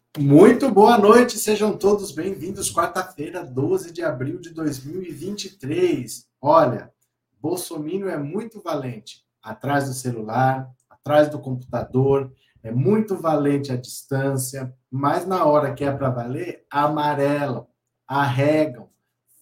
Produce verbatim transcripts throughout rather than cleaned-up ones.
Muito boa noite, sejam todos bem-vindos. Quarta-feira, doze de abril de dois mil e vinte e três. Olha, Bolsonaro é muito valente atrás do celular, atrás do computador, é muito valente à distância, mas na hora que é para valer, amarelam, arregam,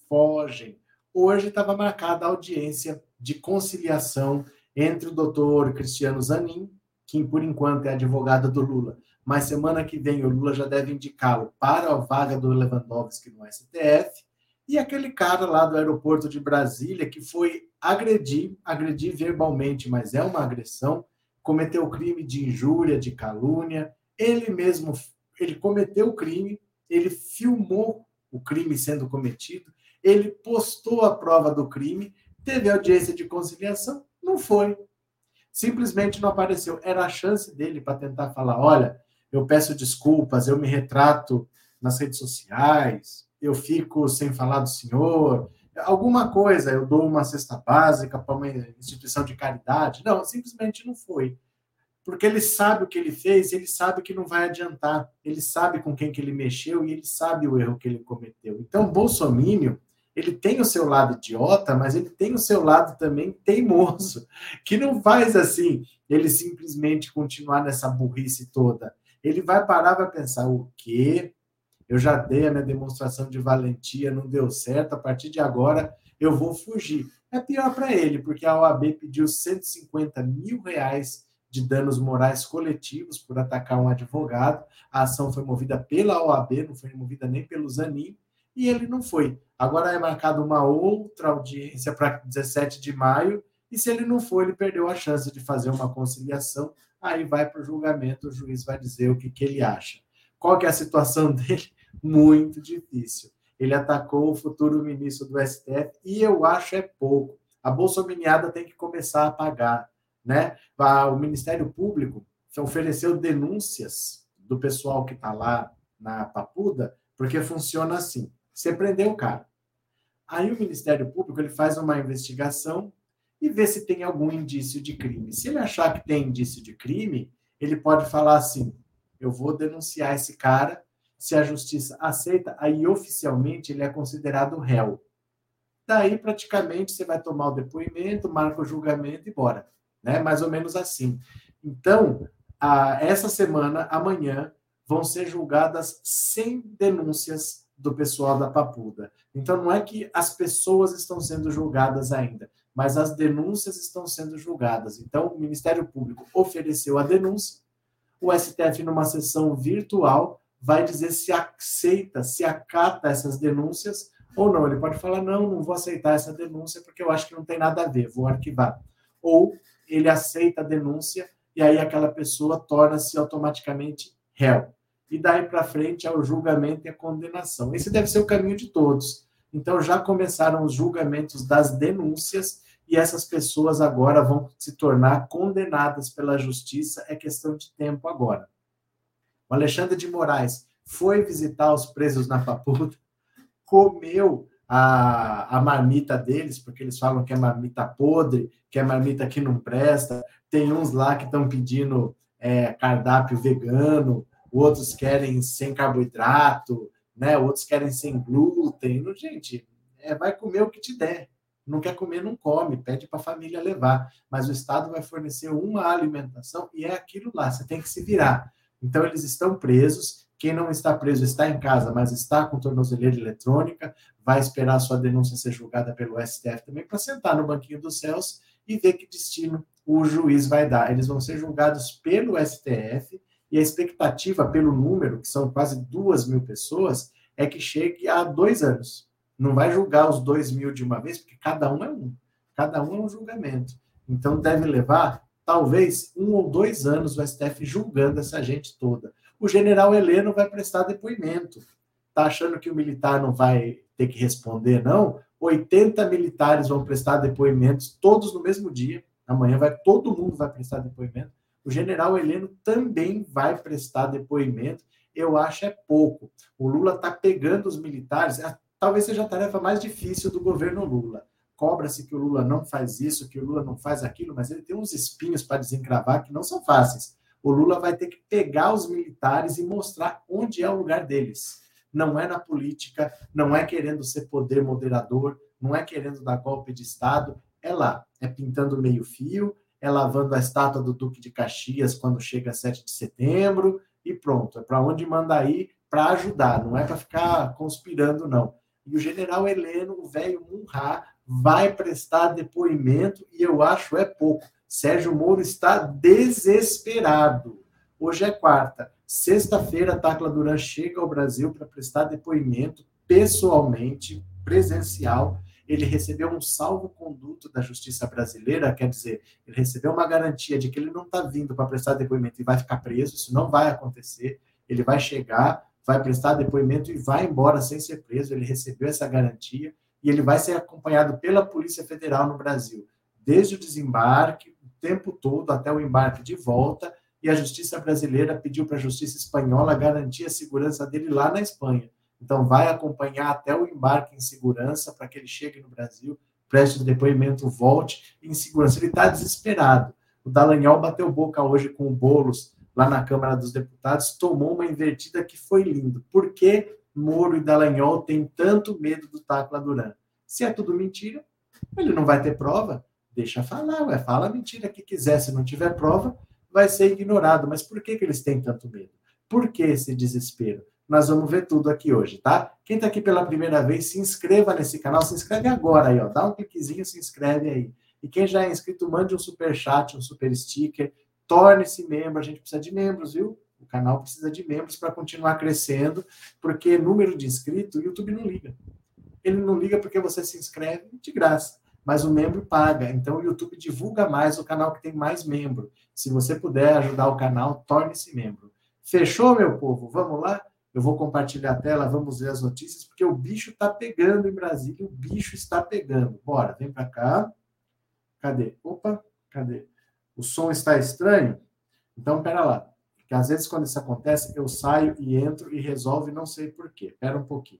fogem. Hoje estava marcada a audiência de conciliação entre o doutor Cristiano Zanin, que por enquanto é advogado do Lula, mas semana que vem o Lula já deve indicá-lo para a vaga do Lewandowski no S T F, e aquele cara lá do aeroporto de Brasília que foi agredir, agredir verbalmente, mas é uma agressão, cometeu crime de injúria, de calúnia, ele mesmo, ele cometeu o crime, ele filmou o crime sendo cometido, ele postou a prova do crime, teve audiência de conciliação, não foi. Simplesmente não apareceu. Era a chance dele para tentar falar: olha, eu peço desculpas, eu me retrato nas redes sociais, eu fico sem falar do senhor, alguma coisa, eu dou uma cesta básica para uma instituição de caridade. Não, simplesmente não foi. Porque ele sabe o que ele fez, ele sabe que não vai adiantar, ele sabe com quem que ele mexeu e ele sabe o erro que ele cometeu. Então, Bolsonaro, ele tem o seu lado idiota, mas ele tem o seu lado também teimoso, que não faz assim, ele simplesmente continuar nessa burrice toda. Ele vai parar, vai pensar: o quê? Eu já dei a minha demonstração de valentia, não deu certo, a partir de agora eu vou fugir. É pior para ele, porque a O A B pediu cento e cinquenta mil reais de danos morais coletivos por atacar um advogado. A ação foi movida pela O A B, não foi movida nem pelo Zanin, e ele não foi. Agora é marcada uma outra audiência para dezessete de maio, e se ele não for, ele perdeu a chance de fazer uma conciliação. Aí vai para o julgamento, o juiz vai dizer o que, que ele acha. Qual que é a situação dele? Muito difícil. Ele atacou o futuro ministro do S T F e eu acho é pouco. A bolsominiada tem que começar a pagar, né? O Ministério Público ofereceu denúncias do pessoal que está lá na Papuda, porque funciona assim: você prendeu o cara, aí o Ministério Público ele faz uma investigação e vê se tem algum indício de crime. Se ele achar que tem indício de crime, ele pode falar assim: eu vou denunciar esse cara. Se a justiça aceita, aí oficialmente ele é considerado réu. Daí, praticamente, você vai tomar o depoimento, marca o julgamento e bora. Né? Mais ou menos assim. Então, a, essa semana, amanhã, vão ser julgadas cem denúncias do pessoal da Papuda. Então, não é que as pessoas estão sendo julgadas ainda, mas as denúncias estão sendo julgadas. Então, o Ministério Público ofereceu a denúncia, o S T F, numa sessão virtual, vai dizer se aceita, se acata essas denúncias ou não. Ele pode falar: não, não vou aceitar essa denúncia porque eu acho que não tem nada a ver, vou arquivar. Ou ele aceita a denúncia e aí aquela pessoa torna-se automaticamente réu. E daí para frente é o julgamento e a condenação. Esse deve ser o caminho de todos. Então já começaram os julgamentos das denúncias e essas pessoas agora vão se tornar condenadas pela justiça. É questão de tempo agora. O Alexandre de Moraes foi visitar os presos na Papuda, comeu a, a marmita deles, porque eles falam que é marmita podre, que é marmita que não presta. Tem uns lá que estão pedindo é, cardápio vegano, outros querem sem carboidrato, né? Outros querem sem glúten. Gente, é, vai comer o que te der. Não quer comer, não come, pede para a família levar. Mas o Estado vai fornecer uma alimentação e é aquilo lá, você tem que se virar. Então, eles estão presos. Quem não está preso está em casa, mas está com tornozeleira eletrônica, vai esperar a sua denúncia ser julgada pelo S T F também, para sentar no banquinho dos céus e ver que destino o juiz vai dar. Eles vão ser julgados pelo S T F e a expectativa pelo número, que são quase duas mil pessoas, é que chegue a dois anos. Não vai julgar os dois mil de uma vez, porque cada um é um. Cada um é um julgamento. Então, deve levar, talvez, um ou dois anos o S T F julgando essa gente toda. O general Heleno vai prestar depoimento. Está achando que o militar não vai ter que responder, não? oitenta militares vão prestar depoimentos, todos no mesmo dia. Amanhã vai, todo mundo vai prestar depoimento. O general Heleno também vai prestar depoimento. Eu acho é pouco. O Lula está pegando os militares. Talvez seja a tarefa mais difícil do governo Lula. Cobra-se que o Lula não faz isso, que o Lula não faz aquilo, mas ele tem uns espinhos para desencravar que não são fáceis. O Lula vai ter que pegar os militares e mostrar onde é o lugar deles. Não é na política, não é querendo ser poder moderador, não é querendo dar golpe de Estado, é lá, é pintando meio fio, é lavando a estátua do Duque de Caxias quando chega sete de setembro, e pronto, é para onde manda ir para ajudar, não é para ficar conspirando, não. E o general Heleno, o velho Munhá, vai prestar depoimento, e eu acho é pouco. Sérgio Moro está desesperado. Hoje é quarta. Sexta-feira, Tacla Duran chega ao Brasil para prestar depoimento pessoalmente, presencial. Ele recebeu um salvo-conduto da justiça brasileira, quer dizer, ele recebeu uma garantia de que ele não está vindo para prestar depoimento e vai ficar preso, isso não vai acontecer. Ele vai chegar, vai prestar depoimento e vai embora sem ser preso. Ele recebeu essa garantia e ele vai ser acompanhado pela Polícia Federal no Brasil, desde o desembarque, o tempo todo, até o embarque de volta, e a justiça brasileira pediu para a justiça espanhola garantir a segurança dele lá na Espanha. Então, vai acompanhar até o embarque em segurança para que ele chegue no Brasil, preste o depoimento, volte em segurança. Ele está desesperado. O Dallagnol bateu boca hoje com o Boulos lá na Câmara dos Deputados, tomou uma invertida que foi lindo. Por que Moro e Dallagnol têm tanto medo do Tacla Duran? Se é tudo mentira, ele não vai ter prova, deixa falar, ué, fala a mentira que quiser. Se não tiver prova, vai ser ignorado. Mas por que, que eles têm tanto medo? Por que esse desespero? Nós vamos ver tudo aqui hoje, tá? Quem tá aqui pela primeira vez, se inscreva nesse canal, se inscreve agora aí, ó, dá um cliquezinho, se inscreve aí. E quem já é inscrito, mande um super chat, um super sticker, torne-se membro, a gente precisa de membros, viu? O canal precisa de membros para continuar crescendo, porque número de inscritos, o YouTube não liga. Ele não liga porque você se inscreve de graça, mas o membro paga. Então o YouTube divulga mais o canal que tem mais membro. Se você puder ajudar o canal, torne-se membro. Fechou, meu povo? Vamos lá? Eu vou compartilhar a tela, vamos ver as notícias, porque o bicho está pegando em Brasília, o bicho está pegando. Bora, vem para cá. Cadê? Opa, cadê? O som está estranho? Então, pera lá. Porque às vezes quando isso acontece, eu saio e entro e resolve, não sei por quê. Pera um pouquinho.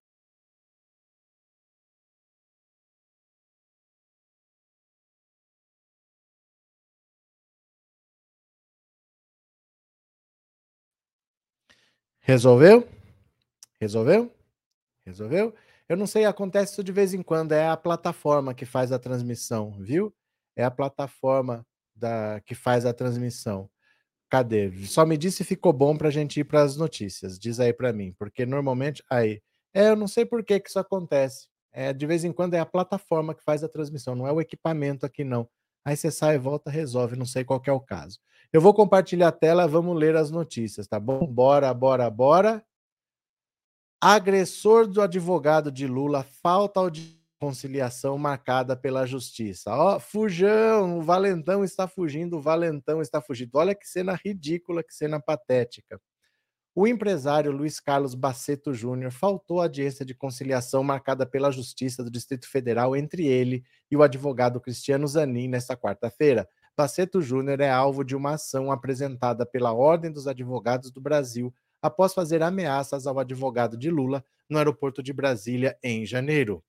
Resolveu? Resolveu? Resolveu? Eu não sei, acontece isso de vez em quando, é a plataforma que faz a transmissão, viu? É a plataforma da, que faz a transmissão. Cadê? Só me diz se ficou bom para a gente ir para as notícias. Diz aí para mim, porque normalmente aí, é, eu não sei por que que isso acontece. É, de vez em quando é a plataforma que faz a transmissão, não é o equipamento aqui não. Aí você sai e volta, resolve, não sei qual que é o caso. Eu vou compartilhar a tela, vamos ler as notícias, tá bom? Bora, bora, bora. Agressor do advogado de Lula falta audiência de conciliação marcada pela justiça. Ó, fujão, o Valentão está fugindo, o Valentão está fugindo. Olha que cena ridícula, que cena patética. O empresário Luiz Carlos Baceto Júnior faltou à audiência de conciliação marcada pela Justiça do Distrito Federal entre ele e o advogado Cristiano Zanin nesta quarta-feira. Baceto Júnior é alvo de uma ação apresentada pela Ordem dos Advogados do Brasil após fazer ameaças ao advogado de Lula no aeroporto de Brasília em janeiro.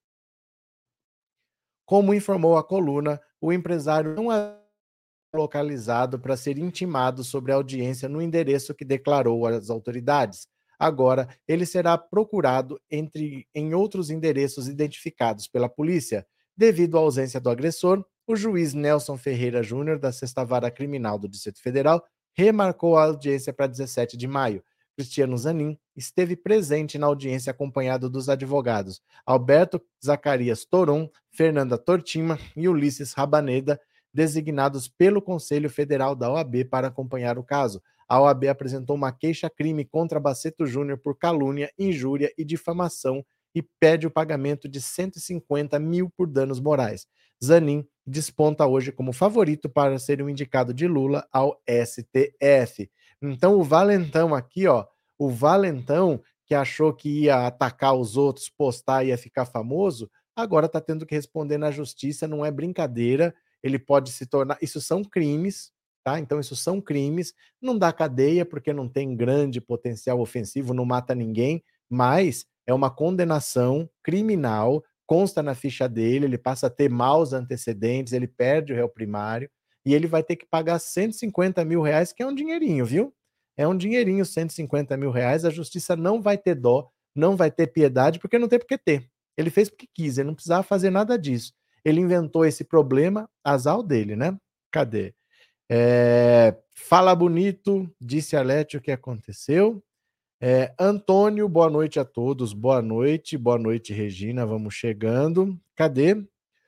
Como informou a coluna, o empresário não é localizado para ser intimado sobre a audiência no endereço que declarou às autoridades. Agora, ele será procurado entre, em outros endereços identificados pela polícia. Devido à ausência do agressor, o juiz Nelson Ferreira Júnior, da Sexta Vara Criminal do Distrito Federal, remarcou a audiência para dezessete de maio. Cristiano Zanin esteve presente na audiência acompanhado dos advogados Alberto Zacarias Toron, Fernanda Tortima e Ulisses Rabaneda, designados pelo Conselho Federal da O A B para acompanhar o caso. A O A B apresentou uma queixa-crime contra Baceto Júnior por calúnia, injúria e difamação e pede o pagamento de cento e cinquenta mil por danos morais. Zanin desponta hoje como favorito para ser o indicado de Lula ao S T F. Então o Valentão aqui, ó, o Valentão que achou que ia atacar os outros, postar e ia ficar famoso, agora está tendo que responder na justiça, não é brincadeira. Ele pode se tornar... Isso são crimes, tá? Então, isso são crimes. Não dá cadeia, porque não tem grande potencial ofensivo, não mata ninguém, mas é uma condenação criminal, consta na ficha dele, ele passa a ter maus antecedentes, ele perde o réu primário, e ele vai ter que pagar cento e cinquenta mil reais, que é um dinheirinho, viu? É um dinheirinho, cento e cinquenta mil reais. A justiça não vai ter dó, não vai ter piedade, porque não tem por que ter. Ele fez porque quis, ele não precisava fazer nada disso. Ele inventou esse problema, azar dele, né? Cadê? É, fala bonito, disse Arlete o que aconteceu. É, Antônio, boa noite a todos, boa noite, boa noite, Regina, vamos chegando. Cadê?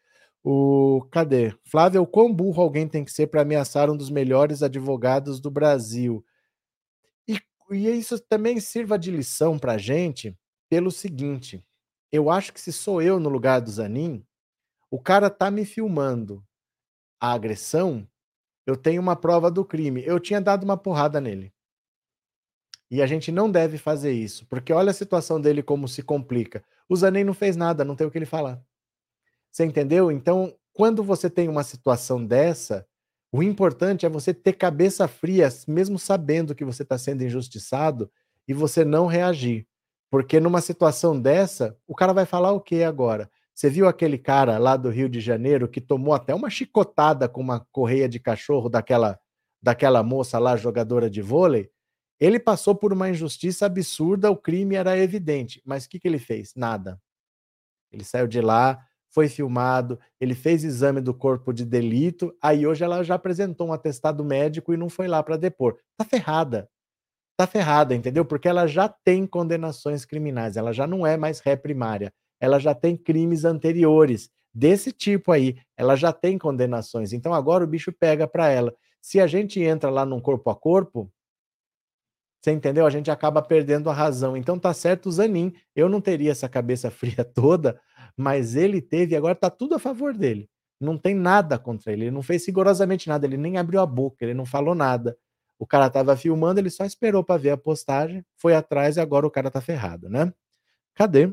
O, cadê? Flávio, o quão burro alguém tem que ser para ameaçar um dos melhores advogados do Brasil? E, e isso também sirva de lição para a gente pelo seguinte, eu acho que se sou eu no lugar do Zanin, o cara tá me filmando a agressão, eu tenho uma prova do crime, eu tinha dado uma porrada nele. E a gente não deve fazer isso, porque olha a situação dele como se complica. O Zanin não fez nada, não tem o que ele falar. Você entendeu? Então, quando você tem uma situação dessa, o importante é você ter cabeça fria, mesmo sabendo que você está sendo injustiçado, e você não reagir. Porque numa situação dessa, o cara vai falar o quê agora? Você viu aquele cara lá do Rio de Janeiro que tomou até uma chicotada com uma correia de cachorro daquela, daquela moça lá, jogadora de vôlei? Ele passou por uma injustiça absurda, o crime era evidente. Mas o que, que ele fez? Nada. Ele saiu de lá, foi filmado, ele fez exame do corpo de delito, aí hoje ela já apresentou um atestado médico e não foi lá para depor. Tá ferrada. Tá ferrada, entendeu? Porque ela já tem condenações criminais, ela já não é mais ré primária, ela já tem crimes anteriores desse tipo aí, ela já tem condenações. Então agora o bicho pega para ela. Se a gente entra lá num corpo a corpo, você entendeu? A gente acaba perdendo a razão. Então tá certo o Zanin. Eu não teria essa cabeça fria toda, mas ele teve e agora tá tudo a favor dele. Não tem nada contra ele. Ele não fez rigorosamente nada. Ele nem abriu a boca. Ele não falou nada. O cara tava filmando, ele só esperou para ver a postagem, foi atrás e agora o cara tá ferrado, né? Cadê?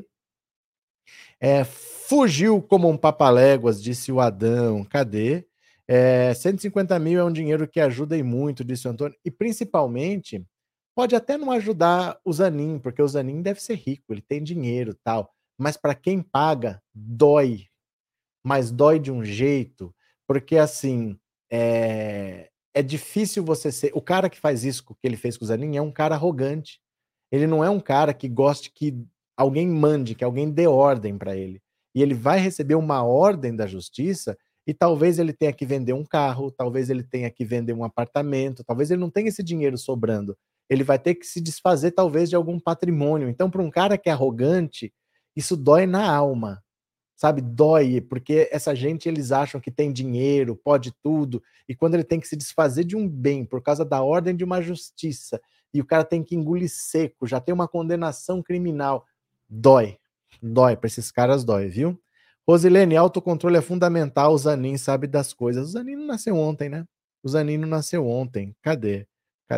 É, fugiu como um papaléguas, disse o Adão. Cadê? É, cento e cinquenta mil é um dinheiro que ajuda e muito, disse o Antônio. E principalmente, pode até não ajudar o Zanin, porque o Zanin deve ser rico, ele tem dinheiro e tal. Mas para quem paga, dói. Mas dói de um jeito, porque assim, é, é difícil você ser. O cara que faz isso que ele fez com o Zanin é um cara arrogante. Ele não é um cara que goste que alguém mande, que alguém dê ordem para ele. E ele vai receber uma ordem da justiça e talvez ele tenha que vender um carro, talvez ele tenha que vender um apartamento, talvez ele não tenha esse dinheiro sobrando. Ele vai ter que se desfazer talvez de algum patrimônio. Então, para um cara que é arrogante, isso dói na alma. Sabe, dói, porque essa gente eles acham que tem dinheiro, pode tudo, e quando ele tem que se desfazer de um bem por causa da ordem de uma justiça, e o cara tem que engolir seco, já tem uma condenação criminal, dói, dói, para esses caras dói, viu? Rosilene, autocontrole é fundamental, o Zanin sabe das coisas. O Zanin não nasceu ontem, né? O Zanin não nasceu ontem, cadê?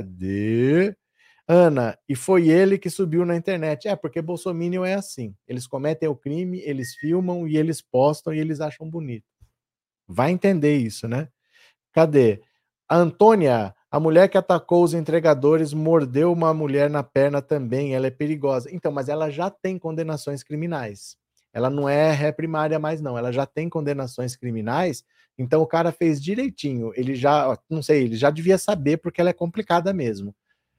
Cadê? Ana, e foi ele que subiu na internet. É, porque Bolsominion é assim. Eles cometem o crime, eles filmam e eles postam e eles acham bonito. Vai entender isso, né? Cadê? A Antônia, a mulher que atacou os entregadores, mordeu uma mulher na perna também. Ela é perigosa. Então, mas ela já tem condenações criminais. Ela não é ré primária mais, não. Ela já tem condenações criminais. Então, o cara fez direitinho. Ele já, não sei, ele já devia saber porque ela é complicada mesmo.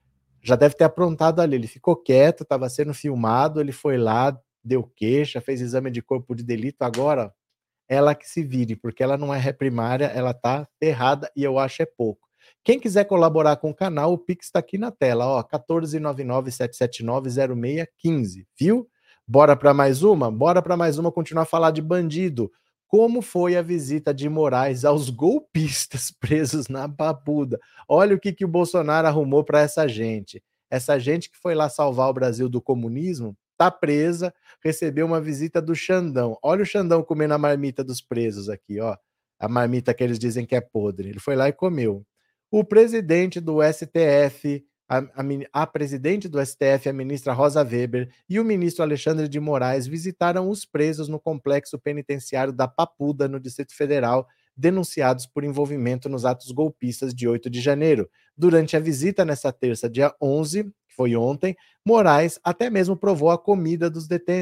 Já deve ter aprontado ali, ele ficou quieto, estava sendo filmado, ele foi lá, deu queixa, fez exame de corpo de delito, agora ela que se vire, porque ela não é ré primária, ela tá ferrada e eu acho é pouco. Quem quiser colaborar com o canal, o Pix está aqui na tela, ó, um quatro nove nove sete sete nove zero seis um cinco, viu? Bora para mais uma? Bora para mais uma, continuar a falar de bandido. Como foi a visita de Moraes aos golpistas presos na Papuda? Olha o que, que o Bolsonaro arrumou para essa gente. Essa gente que foi lá salvar o Brasil do comunismo, tá presa, recebeu uma visita do Xandão. Olha o Xandão comendo a marmita dos presos aqui, ó. A marmita que eles dizem que é podre. Ele foi lá e comeu. O presidente do S T F, a, a, a presidente do S T F, a ministra Rosa Weber, e o ministro Alexandre de Moraes visitaram os presos no complexo penitenciário da Papuda, no Distrito Federal, denunciados por envolvimento nos atos golpistas de oito de janeiro. Durante a visita nesta terça, dia onze, que foi ontem, Moraes até mesmo provou a comida dos detentos.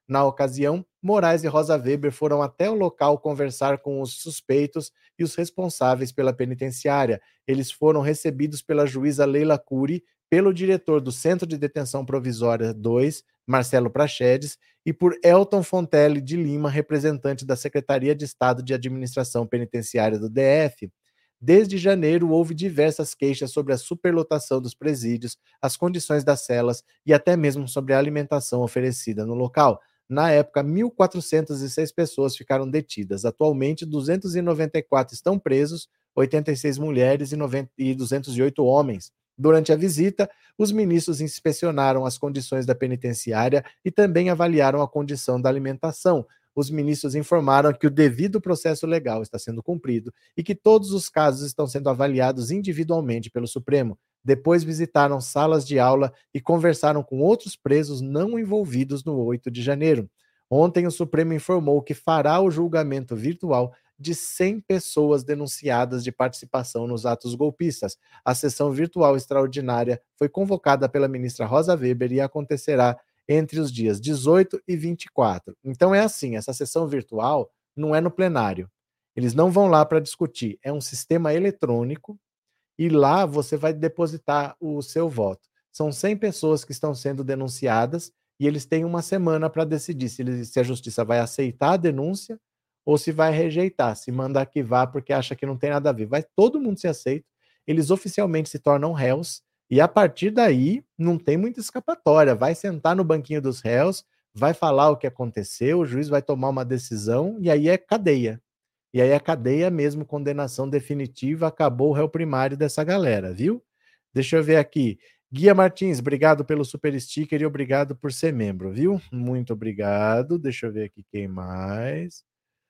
Na ocasião, Moraes e Rosa Weber foram até o local conversar com os suspeitos e os responsáveis pela penitenciária. Eles foram recebidos pela juíza Leila Cury, pelo diretor do Centro de Detenção Provisória dois, Marcelo Praxedes, e por Elton Fontelli de Lima, representante da Secretaria de Estado de Administração Penitenciária do D F. Desde janeiro, houve diversas queixas sobre a superlotação dos presídios, as condições das celas e até mesmo sobre a alimentação oferecida no local. Na época, mil quatrocentas e seis pessoas ficaram detidas. Atualmente, duzentos e noventa e quatro estão presos, oitenta e seis mulheres e duzentos e oito homens. Durante a visita, os ministros inspecionaram as condições da penitenciária e também avaliaram a condição da alimentação. Os ministros informaram que o devido processo legal está sendo cumprido e que todos os casos estão sendo avaliados individualmente pelo Supremo. Depois visitaram salas de aula e conversaram com outros presos não envolvidos no oito de janeiro. Ontem, o Supremo informou que fará o julgamento virtual de cem pessoas denunciadas de participação nos atos golpistas. A sessão virtual extraordinária foi convocada pela ministra Rosa Weber e acontecerá entre os dias dezoito e vinte e quatro. Então é assim, essa sessão virtual não é no plenário. Eles não vão lá para discutir, é um sistema eletrônico e lá você vai depositar o seu voto. São cem pessoas que estão sendo denunciadas e eles têm uma semana para decidir se, eles, se a justiça vai aceitar a denúncia ou se vai rejeitar, se manda arquivar porque acha que não tem nada a ver. Vai todo mundo ser aceito, eles oficialmente se tornam réus e a partir daí não tem muita escapatória. Vai sentar no banquinho dos réus, vai falar o que aconteceu, o juiz vai tomar uma decisão e aí é cadeia. E aí a cadeia mesmo, condenação definitiva, acabou o réu primário dessa galera, viu? Deixa eu ver aqui. Guia Martins, obrigado pelo super sticker e obrigado por ser membro, viu? Muito obrigado. Deixa eu ver aqui quem mais.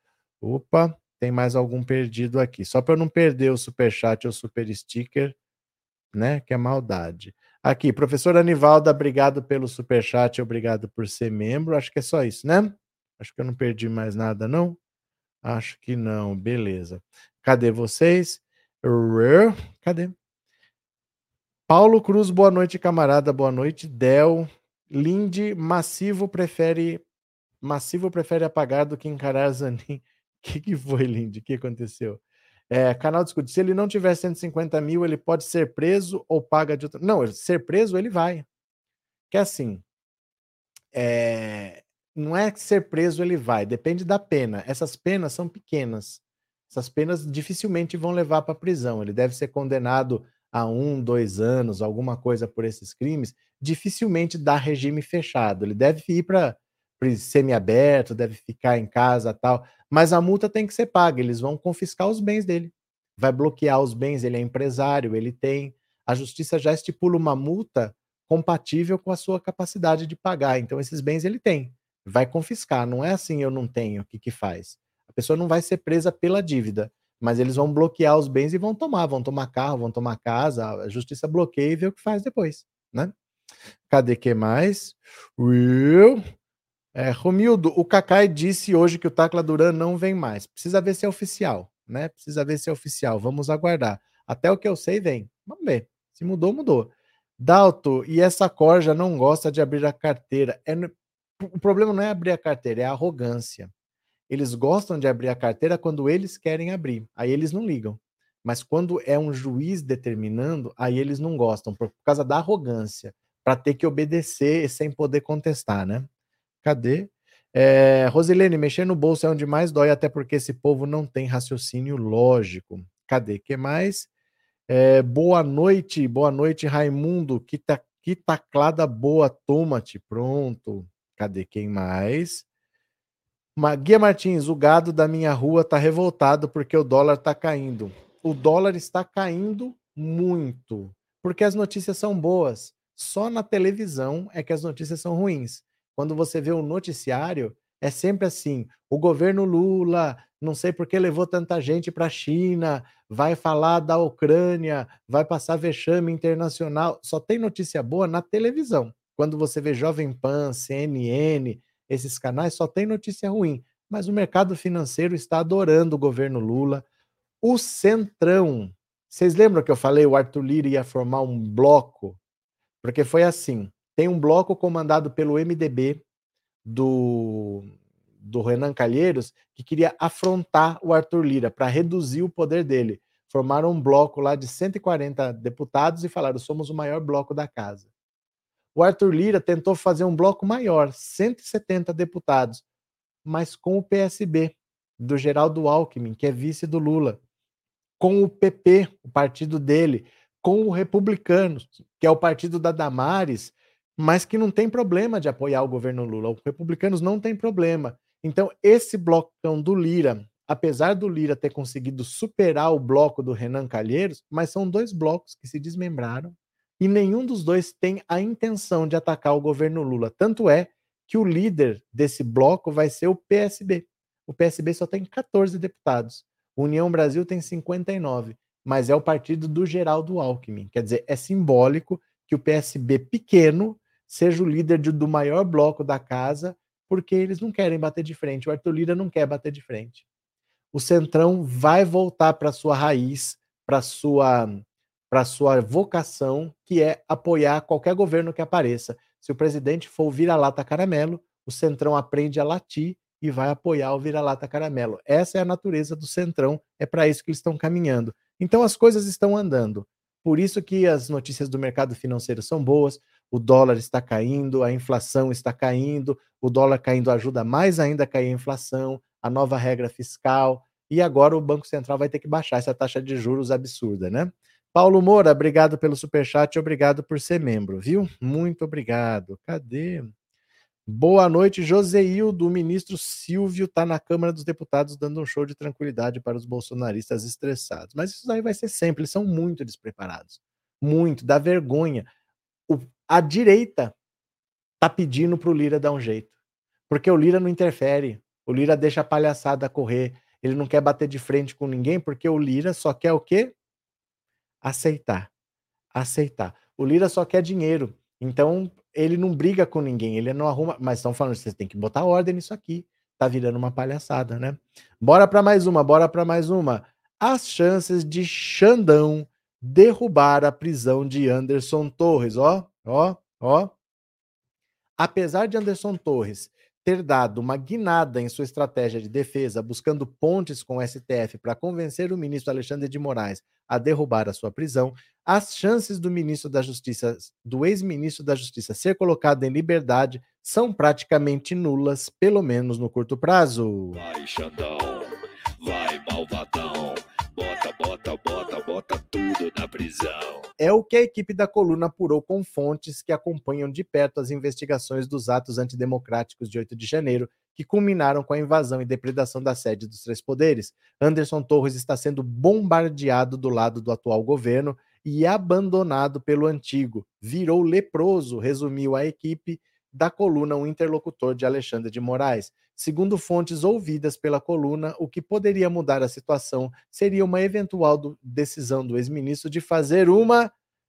Opa, tem mais algum perdido aqui. Só para eu não perder o superchat ou o super sticker, né? Que é maldade. Aqui, professora Anivalda, obrigado pelo superchat, obrigado por ser membro. Acho que é só isso, né? Acho que eu não perdi mais nada, não? Acho que não, beleza. Cadê vocês? Cadê? Paulo Cruz, boa noite, camarada, boa noite. Del, Lindy, massivo prefere massivo prefere apagar do que encarar Zanin. O que, que foi, Lindy? O que aconteceu? É, canal discute, se ele não tiver cento e cinquenta mil, ele pode ser preso ou paga de outra... Não, ser preso ele vai. Que é assim, é... não é que ser preso ele vai, depende da pena. Essas penas são pequenas. Essas penas dificilmente vão levar para prisão. Ele deve ser condenado a um, dois anos, alguma coisa por esses crimes. Dificilmente dá regime fechado. Ele deve ir para semiaberto, deve ficar em casa tal. Mas a multa tem que ser paga. Eles vão confiscar os bens dele. Vai bloquear os bens. Ele é empresário, ele tem. A justiça já estipula uma multa compatível com a sua capacidade de pagar. Então, esses bens ele tem. Vai confiscar. Não é assim, eu não tenho. O que que faz? A pessoa não vai ser presa pela dívida, mas eles vão bloquear os bens e vão tomar. Vão tomar carro, vão tomar casa. A justiça bloqueia e vê o que faz depois, né? Cadê que mais? Will. É, Romildo, o Cacai disse hoje que o Tacla Duran não vem mais. Precisa ver se é oficial, né? Precisa ver se é oficial. Vamos aguardar. Até o que eu sei, vem. Vamos ver. Se mudou, mudou. Dalto, e essa corja não gosta de abrir a carteira. É, o problema não é abrir a carteira, é a arrogância. Eles gostam de abrir a carteira quando eles querem abrir. Aí eles não ligam. Mas quando é um juiz determinando, aí eles não gostam, por causa da arrogância, para ter que obedecer sem poder contestar, né? Cadê? É, Rosilene, mexer no bolso é onde mais dói, até porque esse povo não tem raciocínio lógico. Cadê? Que mais? É, boa noite, boa noite, Raimundo. Que, ta, que taclada boa, toma-te. Pronto. Cadê quem mais? Guia Martins, o gado da minha rua tá revoltado porque o dólar tá caindo. O dólar está caindo muito, porque as notícias são boas. Só na televisão é que as notícias são ruins. Quando você vê o noticiário, é sempre assim, o governo Lula, não sei por que levou tanta gente para a China, vai falar da Ucrânia, vai passar vexame internacional. Só tem notícia boa na televisão. Quando você vê Jovem Pan, C N N, esses canais, só tem notícia ruim. Mas o mercado financeiro está adorando o governo Lula. O Centrão, vocês lembram que eu falei o Arthur Lira ia formar um bloco? Porque foi assim, tem um bloco comandado pelo M D B, do, do Renan Calheiros, que queria afrontar o Arthur Lira para reduzir o poder dele. Formaram um bloco lá de cento e quarenta deputados e falaram: somos o maior bloco da casa. O Arthur Lira tentou fazer um bloco maior, cento e setenta deputados, mas com o P S B, do Geraldo Alckmin, que é vice do Lula, com o P P, o partido dele, com o Republicanos, que é o partido da Damares, mas que não tem problema de apoiar o governo Lula. Os Republicanos não tem problema. Então, esse blocão do Lira, apesar do Lira ter conseguido superar o bloco do Renan Calheiros, mas são dois blocos que se desmembraram e nenhum dos dois tem a intenção de atacar o governo Lula. Tanto é que o líder desse bloco vai ser o P S B. O P S B só tem catorze deputados. União Brasil tem cinquenta e nove, mas é o partido do Geraldo Alckmin. Quer dizer, é simbólico que o P S B pequeno seja o líder de, do maior bloco da casa, porque eles não querem bater de frente. O Arthur Lira não quer bater de frente. O Centrão vai voltar para sua raiz, para sua para sua vocação, que é apoiar qualquer governo que apareça. Se o presidente for o vira-lata caramelo, o Centrão aprende a latir e vai apoiar o vira-lata caramelo. Essa é a natureza do Centrão, é para isso que eles estão caminhando. Então as coisas estão andando. Por isso que as notícias do mercado financeiro são boas, o dólar está caindo, a inflação está caindo, o dólar caindo ajuda mais ainda a cair a inflação, a nova regra fiscal, e agora o Banco Central vai ter que baixar essa taxa de juros absurda, né? Paulo Moura, obrigado pelo superchat e obrigado por ser membro, viu? Muito obrigado. Cadê? Boa noite, Joseildo. O ministro Silvio está na Câmara dos Deputados dando um show de tranquilidade para os bolsonaristas estressados. Mas isso aí vai ser sempre, eles são muito despreparados. Muito, dá vergonha. O, a direita tá pedindo para o Lira dar um jeito. Porque o Lira não interfere. O Lira deixa a palhaçada correr. Ele não quer bater de frente com ninguém, porque o Lira só quer o quê? Aceitar. Aceitar. O Lira só quer dinheiro. Então, ele não briga com ninguém, ele não arruma. Mas estão falando, você tem que botar ordem nisso aqui. Tá virando uma palhaçada, né? Bora para mais uma, bora para mais uma. As chances de Xandão derrubar a prisão de Anderson Torres. Ó, ó, ó. Apesar de Anderson Torres ter dado uma guinada em sua estratégia de defesa, buscando pontes com o S T F para convencer o ministro Alexandre de Moraes a derrubar a sua prisão, as chances do ministro da Justiça, do ex-ministro da Justiça ser colocado em liberdade são praticamente nulas, pelo menos no curto prazo. Vai, Xandão, vai, malvadão, bota, bota, bota, bota tudo na prisão. É o que a equipe da coluna apurou com fontes que acompanham de perto as investigações dos atos antidemocráticos de oito de janeiro, que culminaram com a invasão e depredação da sede dos Três Poderes. Anderson Torres está sendo bombardeado do lado do atual governo e abandonado pelo antigo. Virou leproso, resumiu a equipe da coluna um interlocutor de Alexandre de Moraes. Segundo fontes ouvidas pela coluna, o que poderia mudar a situação seria uma eventual do, decisão do ex-ministro de fazer uma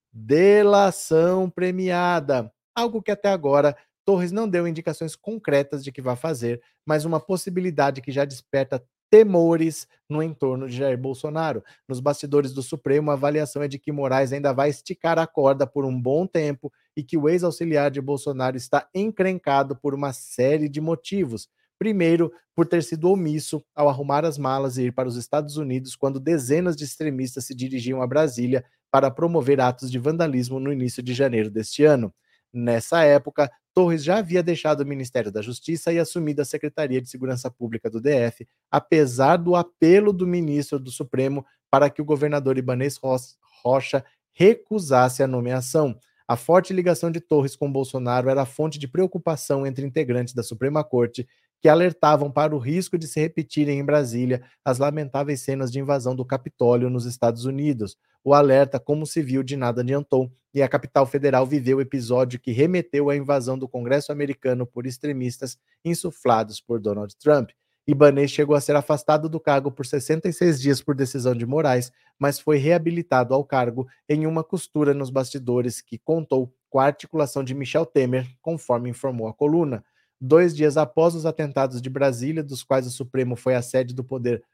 delação premiada, algo que até agora Torres não deu indicações concretas de que vai fazer, mas uma possibilidade que já desperta temores no entorno de Jair Bolsonaro. Nos bastidores do Supremo, a avaliação é de que Moraes ainda vai esticar a corda por um bom tempo e que o ex-auxiliar de Bolsonaro está encrencado por uma série de motivos. Primeiro, por ter sido omisso ao arrumar as malas e ir para os Estados Unidos quando dezenas de extremistas se dirigiam a Brasília para promover atos de vandalismo no início de janeiro deste ano. Nessa época, Torres já havia deixado o Ministério da Justiça e assumido a Secretaria de Segurança Pública do D F, apesar do apelo do ministro do Supremo para que o governador Ibanez Rocha recusasse a nomeação. A forte ligação de Torres com Bolsonaro era fonte de preocupação entre integrantes da Suprema Corte, que alertavam para o risco de se repetirem em Brasília as lamentáveis cenas de invasão do Capitólio nos Estados Unidos. O alerta, como se viu, de nada adiantou, e a capital federal viveu o episódio que remeteu à invasão do Congresso americano por extremistas insuflados por Donald Trump. Ibanez chegou a ser afastado do cargo por sessenta e seis dias por decisão de Moraes, mas foi reabilitado ao cargo em uma costura nos bastidores que contou com a articulação de Michel Temer, conforme informou a coluna. Dois dias após os atentados de Brasília, dos quais o Supremo foi a sede do poder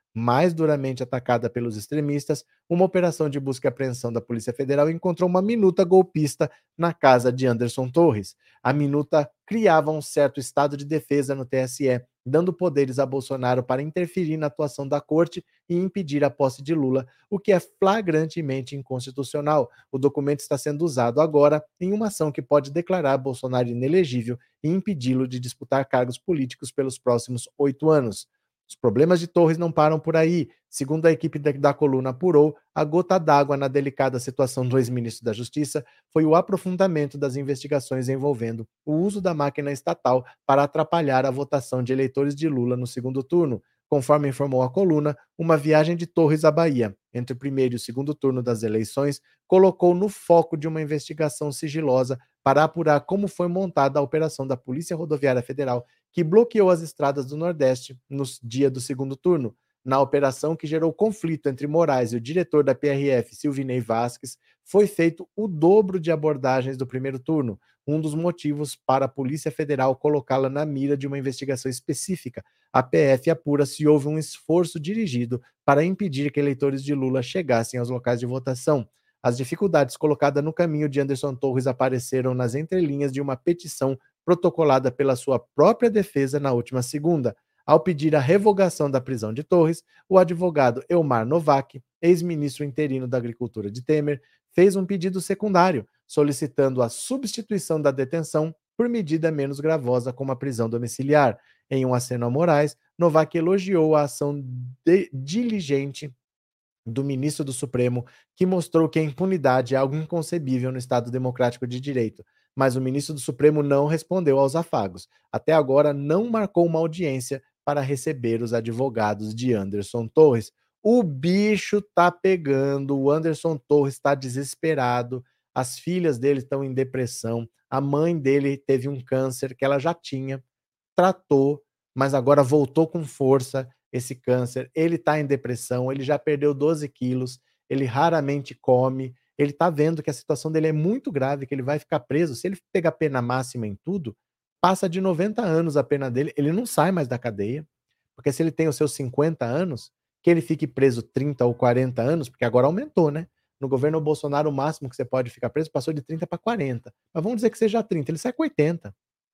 mais duramente atacada pelos extremistas, uma operação de busca e apreensão da Polícia Federal encontrou uma minuta golpista na casa de Anderson Torres. A minuta criava um certo estado de defesa no T S E, dando poderes a Bolsonaro para interferir na atuação da corte e impedir a posse de Lula, o que é flagrantemente inconstitucional. O documento está sendo usado agora em uma ação que pode declarar Bolsonaro inelegível e impedi-lo de disputar cargos políticos pelos próximos oito anos. Os problemas de Torres não param por aí. Segundo a equipe da, da coluna apurou, a gota d'água na delicada situação do ex-ministro da Justiça foi o aprofundamento das investigações envolvendo o uso da máquina estatal para atrapalhar a votação de eleitores de Lula no segundo turno. Conforme informou a coluna, uma viagem de Torres à Bahia, entre o primeiro e o segundo turno das eleições, colocou no foco de uma investigação sigilosa para apurar como foi montada a operação da Polícia Rodoviária Federal que bloqueou as estradas do Nordeste no dia do segundo turno. Na operação que gerou conflito entre Moraes e o diretor da P R F, Silvinei Vasquez, foi feito o dobro de abordagens do primeiro turno, um dos motivos para a Polícia Federal colocá-la na mira de uma investigação específica. A P F apura se houve um esforço dirigido para impedir que eleitores de Lula chegassem aos locais de votação. As dificuldades colocadas no caminho de Anderson Torres apareceram nas entrelinhas de uma petição protocolada pela sua própria defesa na última segunda. Ao pedir a revogação da prisão de Torres, o advogado Elmar Novak, ex-ministro interino da Agricultura de Temer, fez um pedido secundário, solicitando a substituição da detenção por medida menos gravosa como a prisão domiciliar. Em um aceno a Moraes, Novak elogiou a ação de- diligente do ministro do Supremo, que mostrou que a impunidade é algo inconcebível no Estado democrático de direito. Mas o ministro do Supremo não respondeu aos afagos. Até agora, não marcou uma audiência para receber os advogados de Anderson Torres. O bicho tá pegando, o Anderson Torres está desesperado, as filhas dele estão em depressão, a mãe dele teve um câncer que ela já tinha, tratou, mas agora voltou com força esse câncer. Ele está em depressão, ele já perdeu doze quilos, ele raramente come, ele está vendo que a situação dele é muito grave, que ele vai ficar preso. Se ele pegar pena máxima em tudo, passa de noventa anos a pena dele, ele não sai mais da cadeia, porque se ele tem os seus cinquenta anos, que ele fique preso trinta ou quarenta anos, porque agora aumentou, né? No governo Bolsonaro, o máximo que você pode ficar preso passou de trinta para quarenta. Mas vamos dizer que seja trinta, ele sai com oitenta.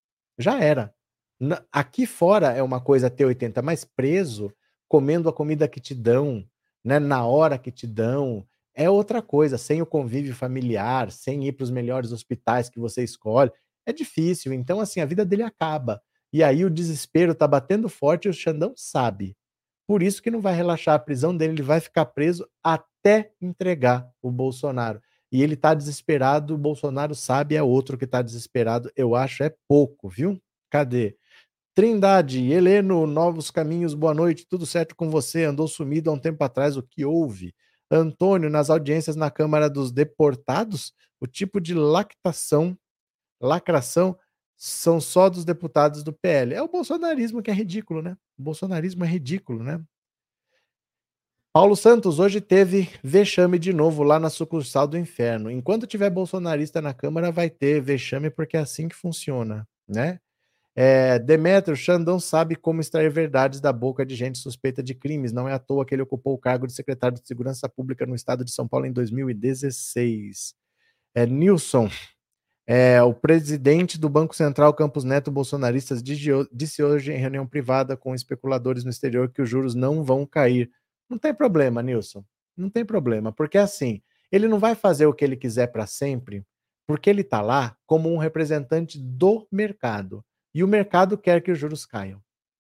Já era. Na- Aqui fora é uma coisa ter oitenta, mas preso, comendo a comida que te dão, né, na hora que te dão, é outra coisa, sem o convívio familiar, sem ir para os melhores hospitais que você escolhe, é difícil. Então, assim, a vida dele acaba. E aí o desespero tá batendo forte e o Xandão sabe. Por isso que não vai relaxar a prisão dele, ele vai ficar preso até entregar o Bolsonaro. E ele tá desesperado, o Bolsonaro sabe, é outro que tá desesperado. Eu acho é pouco, viu? Cadê? Trindade, Heleno, Novos Caminhos, boa noite, tudo certo com você? Andou sumido há um tempo atrás, o que houve? Antônio, nas audiências na Câmara dos Deportados, o tipo de lactação, lacração são só dos deputados do P L. É o bolsonarismo que é ridículo, né? O bolsonarismo é ridículo, né? Paulo Santos, hoje teve vexame de novo lá na sucursal do inferno. Enquanto tiver bolsonarista na Câmara, vai ter vexame, porque é assim que funciona, né? É, Demetrio, Xandão sabe como extrair verdades da boca de gente suspeita de crimes. Não é à toa que ele ocupou o cargo de secretário de Segurança Pública no estado de São Paulo em dois mil e dezesseis. É, Nilson, é, o presidente do Banco Central, Campos Neto, bolsonaristas, disse hoje em reunião privada com especuladores no exterior que os juros não vão cair. Não tem problema, Nilson. Não tem problema, porque assim, ele não vai fazer o que ele quiser para sempre, porque ele está lá como um representante do mercado. E o mercado quer que os juros caiam.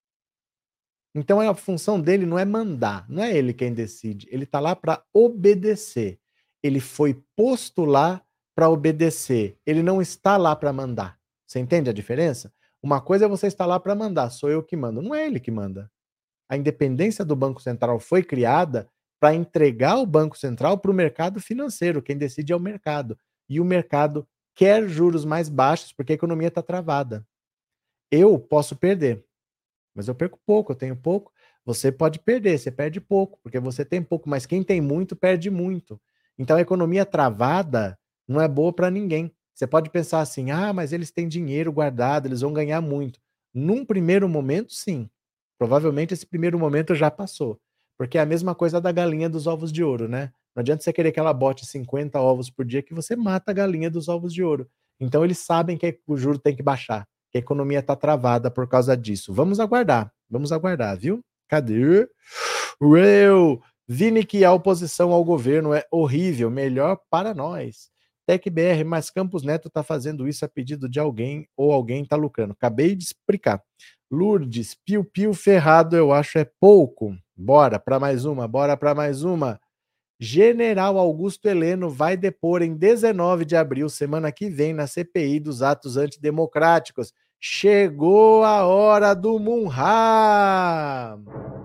Então a função dele não é mandar, não é ele quem decide. Ele está lá para obedecer. Ele foi posto lá para obedecer. Ele não está lá para mandar. Você entende a diferença? Uma coisa é você estar lá para mandar, sou eu que mando. Não é ele que manda. A independência do Banco Central foi criada para entregar o Banco Central para o mercado financeiro. Quem decide é o mercado. E o mercado quer juros mais baixos porque a economia está travada. Eu posso perder, mas eu perco pouco, eu tenho pouco. Você pode perder, você perde pouco, porque você tem pouco, mas quem tem muito, perde muito. Então a economia travada não é boa para ninguém. Você pode pensar assim, ah, mas eles têm dinheiro guardado, eles vão ganhar muito. Num primeiro momento, sim. Provavelmente esse primeiro momento já passou. Porque é a mesma coisa da galinha dos ovos de ouro, né? Não adianta você querer que ela bote cinquenta ovos por dia que você mata a galinha dos ovos de ouro. Então eles sabem que o juro tem que baixar, que a economia está travada por causa disso. Vamos aguardar, vamos aguardar, viu? Cadê? Real! Vini, que a oposição ao governo é horrível, melhor para nós. TecBR, mas Campos Neto está fazendo isso a pedido de alguém ou alguém está lucrando. Acabei de explicar. Lourdes, piu-piu ferrado, eu acho é pouco. Bora para mais uma, bora para mais uma. General Augusto Heleno vai depor em dezenove de abril, semana que vem, na C P I dos atos antidemocráticos. Chegou a hora do Munhá!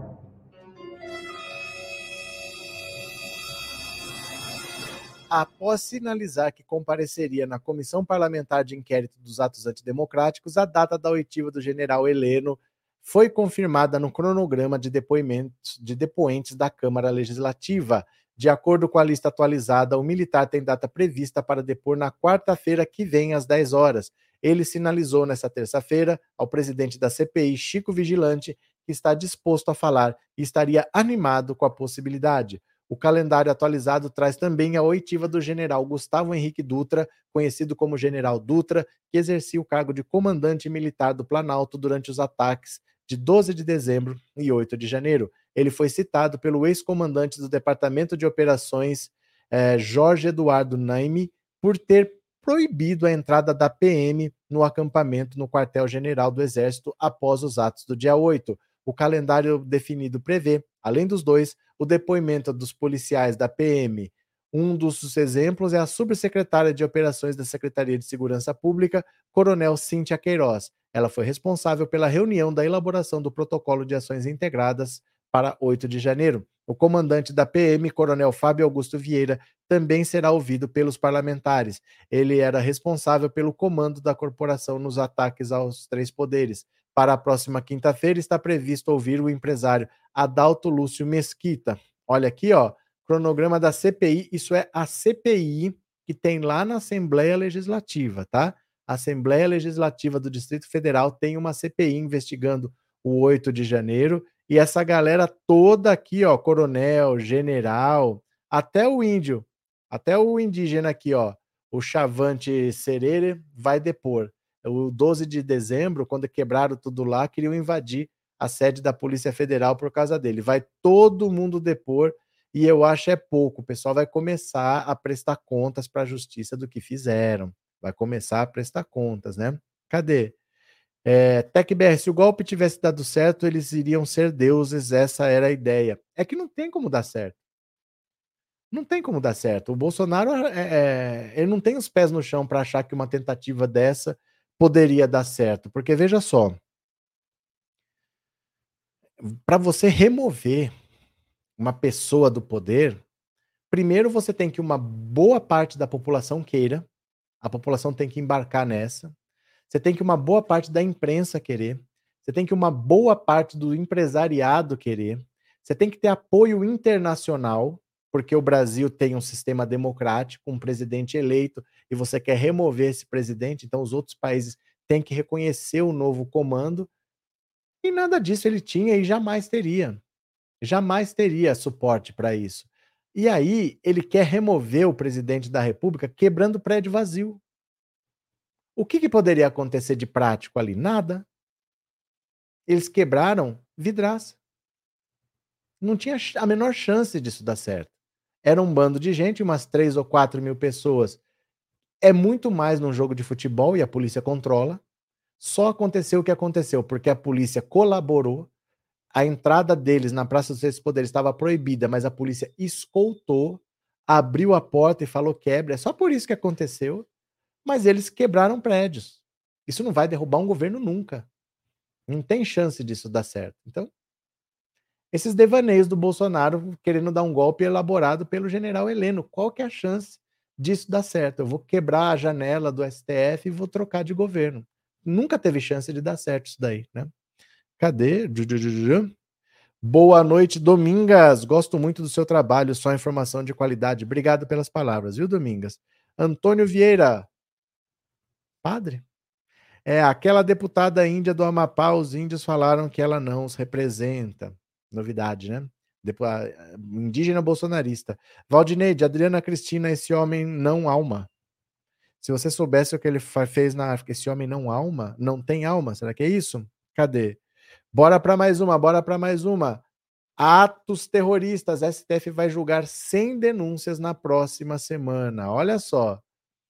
Após sinalizar que compareceria na Comissão Parlamentar de Inquérito dos Atos Antidemocráticos, a data da oitiva do general Heleno foi confirmada no cronograma de depoimentos de depoentes da Câmara Legislativa. De acordo com a lista atualizada, o militar tem data prevista para depor na quarta-feira que vem, às dez horas. Ele sinalizou nesta terça-feira ao presidente da C P I, Chico Vigilante, que está disposto a falar e estaria animado com a possibilidade. O calendário atualizado traz também a oitiva do general Gustavo Henrique Dutra, conhecido como General Dutra, que exercia o cargo de comandante militar do Planalto durante os ataques de doze de dezembro e oito de janeiro. Ele foi citado pelo ex-comandante do Departamento de Operações, eh, Jorge Eduardo Naime, por ter proibido a entrada da P M no acampamento no quartel-general do Exército após os atos do dia oito. O calendário definido prevê, além dos dois, o depoimento dos policiais da P M. Um dos exemplos é a subsecretária de Operações da Secretaria de Segurança Pública, Coronel Cíntia Queiroz. Ela foi responsável pela reunião da elaboração do Protocolo de Ações Integradas para oito de janeiro. O comandante da P M, Coronel Fábio Augusto Vieira, também será ouvido pelos parlamentares. Ele era responsável pelo comando da corporação nos ataques aos três poderes. Para a próxima quinta-feira está previsto ouvir o empresário Adalto Lúcio Mesquita. Olha aqui, ó, cronograma da C P I, isso é a C P I que tem lá na Assembleia Legislativa, tá? A Assembleia Legislativa do Distrito Federal tem uma C P I investigando o oito de janeiro e essa galera toda aqui, ó, coronel, general, até o índio, até o indígena aqui, ó, o Chavante Serere vai depor. O doze de dezembro, quando quebraram tudo lá, queriam invadir a sede da Polícia Federal por causa dele. Vai todo mundo depor e eu acho é pouco. O pessoal vai começar a prestar contas para a justiça do que fizeram. Vai começar a prestar contas, né? Cadê? É, TecBR, se o golpe tivesse dado certo, eles iriam ser deuses, essa era a ideia. É que não tem como dar certo. Não tem como dar certo. O Bolsonaro, é, é, ele não tem os pés no chão para achar que uma tentativa dessa poderia dar certo. Porque, veja só, para você remover uma pessoa do poder, primeiro você tem que uma boa parte da população queira, a população tem que embarcar nessa, você tem que uma boa parte da imprensa querer, você tem que uma boa parte do empresariado querer, você tem que ter apoio internacional, porque o Brasil tem um sistema democrático, um presidente eleito, e você quer remover esse presidente, então os outros países têm que reconhecer o novo comando, e nada disso ele tinha e jamais teria. Jamais teria suporte para isso. E aí ele quer remover o presidente da República quebrando prédio vazio. O que, que poderia acontecer de prático ali? Nada. Eles quebraram vidraça. Não tinha a menor chance disso dar certo. Era um bando de gente, umas três ou quatro mil pessoas. É muito mais num jogo de futebol e a polícia controla. Só aconteceu o que aconteceu porque a polícia colaborou. A entrada deles na Praça dos Três Poderes estava proibida, mas a polícia escoltou, abriu a porta e falou quebra. É só por isso que aconteceu. Mas eles quebraram prédios. Isso não vai derrubar um governo nunca. Não tem chance disso dar certo. Então, esses devaneios do Bolsonaro querendo dar um golpe elaborado pelo general Heleno. Qual que é a chance disso dar certo? Eu vou quebrar a janela do S T F e vou trocar de governo. Nunca teve chance de dar certo isso daí, né? Cadê? Boa noite, Domingas. Gosto muito do seu trabalho, só informação de qualidade. Obrigado pelas palavras, viu, Domingas? Antônio Vieira. Padre? É, aquela deputada índia do Amapá, os índios falaram que ela não os representa. Novidade, né? Depois, a, indígena bolsonarista. Valdineide, Adriana Cristina, esse homem não alma. Se você soubesse o que ele fez na África, esse homem não alma, não tem alma, será que é isso? Cadê? Bora para mais uma, bora para mais uma. Atos terroristas, S T F vai julgar cem denúncias na próxima semana. Olha só.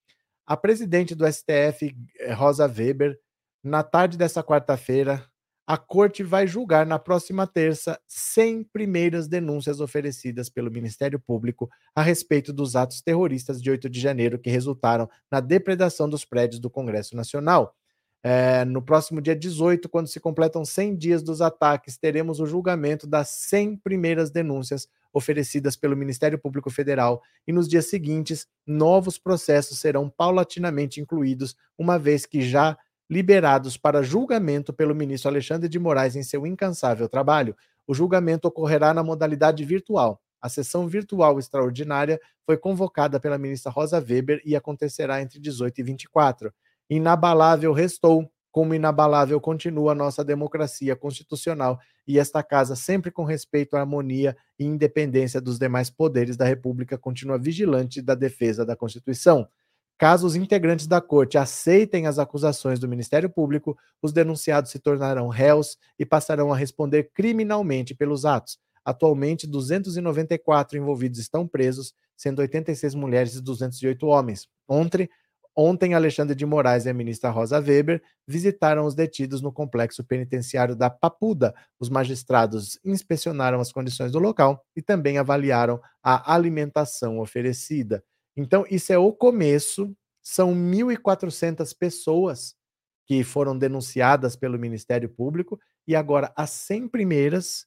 A presidente do S T F, Rosa Weber, na tarde dessa quarta-feira, a corte vai julgar na próxima terça cem primeiras denúncias oferecidas pelo Ministério Público a respeito dos atos terroristas de oito de janeiro que resultaram na depredação dos prédios do Congresso Nacional. É, no próximo dia dezoito, quando se completam cem dias dos ataques, teremos o julgamento das cem primeiras denúncias oferecidas pelo Ministério Público Federal e nos dias seguintes, novos processos serão paulatinamente incluídos, uma vez que já liberados para julgamento pelo ministro Alexandre de Moraes em seu incansável trabalho. O julgamento ocorrerá na modalidade virtual. A sessão virtual extraordinária foi convocada pela ministra Rosa Weber e acontecerá entre dezoito e vinte e quatro. Inabalável restou, como inabalável continua a nossa democracia constitucional e esta casa, sempre com respeito à harmonia e independência dos demais poderes da República, continua vigilante da defesa da Constituição. Caso os integrantes da corte aceitem as acusações do Ministério Público, os denunciados se tornarão réus e passarão a responder criminalmente pelos atos. Atualmente, duzentos e noventa e quatro envolvidos estão presos, sendo oitenta e seis mulheres e duzentos e oito homens. Ontem, Ontem, Alexandre de Moraes e a ministra Rosa Weber visitaram os detidos no complexo penitenciário da Papuda. Os magistrados inspecionaram as condições do local e também avaliaram a alimentação oferecida. Então, isso é o começo. São mil e quatrocentas pessoas que foram denunciadas pelo Ministério Público e agora, as cem primeiras,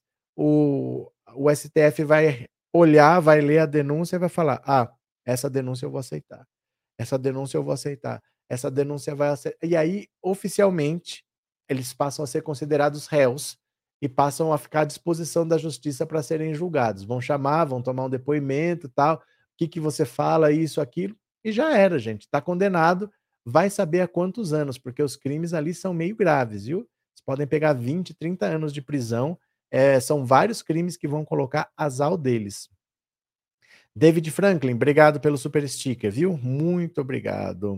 o, o S T F vai olhar, vai ler a denúncia e vai falar: ah, essa denúncia eu vou aceitar. Essa denúncia eu vou aceitar. Essa denúncia vai aceitar. E aí, oficialmente, eles passam a ser considerados réus e passam a ficar à disposição da justiça para serem julgados. Vão chamar, vão tomar um depoimento e tal. O que, que você fala, isso, aquilo. E já era, gente. Está condenado. Vai saber há quantos anos, porque os crimes ali são meio graves, viu? Vocês podem pegar vinte, trinta anos de prisão. É, são vários crimes que vão colocar azar deles. David Franklin, obrigado pelo super sticker, viu? Muito obrigado.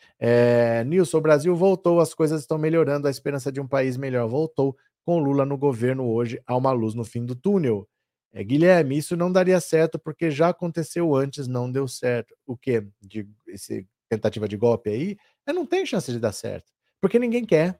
É, Nilson, o Brasil voltou, as coisas estão melhorando, a esperança de um país melhor voltou. Com Lula no governo hoje, há uma luz no fim do túnel. É, Guilherme, isso não daria certo porque já aconteceu antes, não deu certo. O quê? De, esse tentativa de golpe aí? É, não tem chance de dar certo, porque ninguém quer.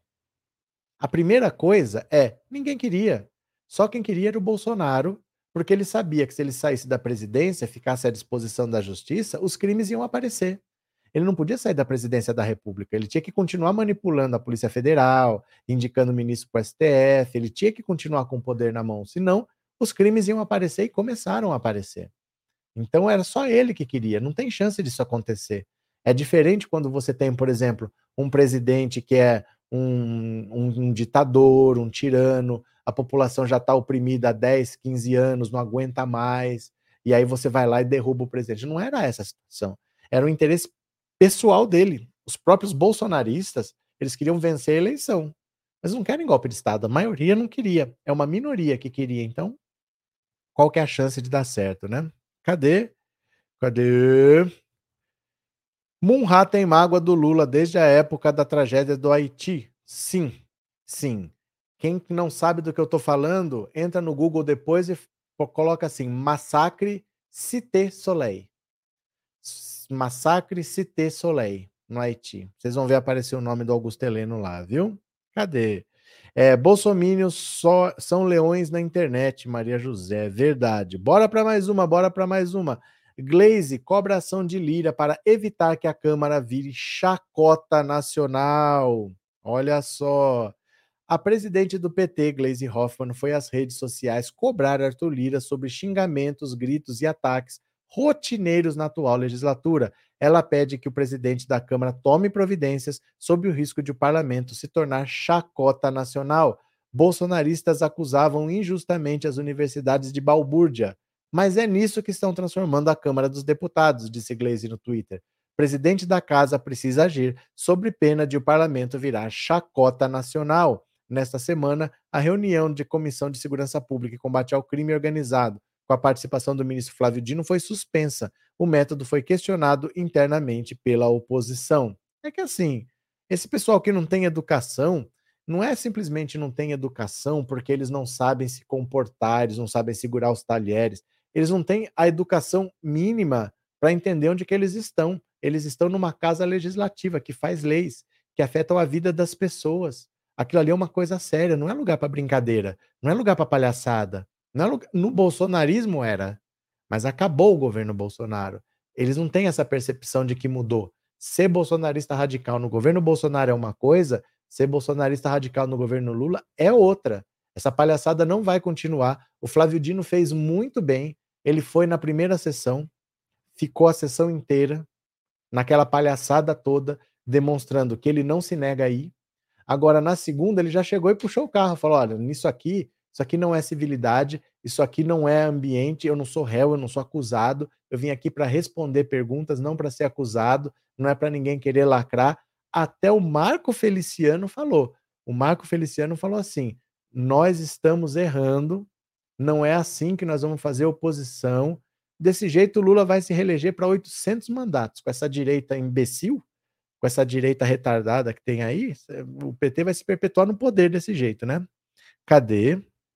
A primeira coisa é, ninguém queria. Só quem queria era o Bolsonaro, porque ele sabia que se ele saísse da presidência, ficasse à disposição da justiça, os crimes iam aparecer. Ele não podia sair da presidência da República, ele tinha que continuar manipulando a Polícia Federal, indicando o ministro para o S T F, ele tinha que continuar com o poder na mão, senão os crimes iam aparecer e começaram a aparecer. Então era só ele que queria, não tem chance disso acontecer. É diferente quando você tem, por exemplo, um presidente que é um, um, um ditador, um tirano, a população já está oprimida há dez, quinze anos, não aguenta mais, e aí você vai lá e derruba o presidente. Não era essa a situação. Era o interesse pessoal dele. Os próprios bolsonaristas, eles queriam vencer a eleição. Mas não querem golpe de Estado. A maioria não queria. É uma minoria que queria. Então, qual que é a chance de dar certo, né? Cadê? Cadê? Munhá tem mágoa do Lula desde a época da tragédia do Haiti. Sim, sim. Quem não sabe do que eu estou falando, entra no Google depois e coloca assim, Massacre Cité Soleil. Massacre Cité Soleil, no Haiti. Vocês vão ver aparecer o nome do Augusto Heleno lá, viu? Cadê? É, bolsominions só são leões na internet, Maria José, verdade. Bora para mais uma, bora para mais uma. Glaze cobra ação de Lira para evitar que a Câmara vire chacota nacional. Olha só. A presidente do P T, Gleisi Hoffmann, foi às redes sociais cobrar Arthur Lira sobre xingamentos, gritos e ataques rotineiros na atual legislatura. Ela pede que o presidente da Câmara tome providências sob o risco de o parlamento se tornar chacota nacional. Bolsonaristas acusavam injustamente as universidades de balbúrdia. Mas é nisso que estão transformando a Câmara dos Deputados, disse Gleisi no Twitter. O presidente da casa precisa agir, sob pena de o parlamento virar chacota nacional. nesta semana, a reunião de Comissão de Segurança Pública e Combate ao Crime Organizado, com a participação do ministro Flávio Dino, foi suspensa. O método foi questionado internamente pela oposição. É que assim, esse pessoal que não tem educação, não é simplesmente não tem educação porque eles não sabem se comportar, eles não sabem segurar os talheres, eles não têm a educação mínima para entender onde que eles estão. Eles estão numa casa legislativa que faz leis, que afetam a vida das pessoas. Aquilo ali é uma coisa séria, não é lugar para brincadeira, não é lugar para palhaçada. Não é lugar... No bolsonarismo era, mas acabou o governo Bolsonaro. Eles não têm essa percepção de que mudou. Ser bolsonarista radical no governo Bolsonaro é uma coisa, ser bolsonarista radical no governo Lula é outra. Essa palhaçada não vai continuar. O Flávio Dino fez muito bem. Ele foi na primeira sessão, ficou a sessão inteira, naquela palhaçada toda, demonstrando que ele não se nega a ir. Agora, na segunda, ele já chegou e puxou o carro, falou, olha, nisso aqui, isso aqui não é civilidade, isso aqui não é ambiente, eu não sou réu, eu não sou acusado, eu vim aqui para responder perguntas, não para ser acusado, não é para ninguém querer lacrar. Até o Marco Feliciano falou. O Marco Feliciano falou assim, nós estamos errando, não é assim que nós vamos fazer oposição. Desse jeito, o Lula vai se reeleger para oitocentos mandatos. Com essa direita imbecil, com essa direita retardada que tem aí, o P T vai se perpetuar no poder desse jeito, né? Cadê?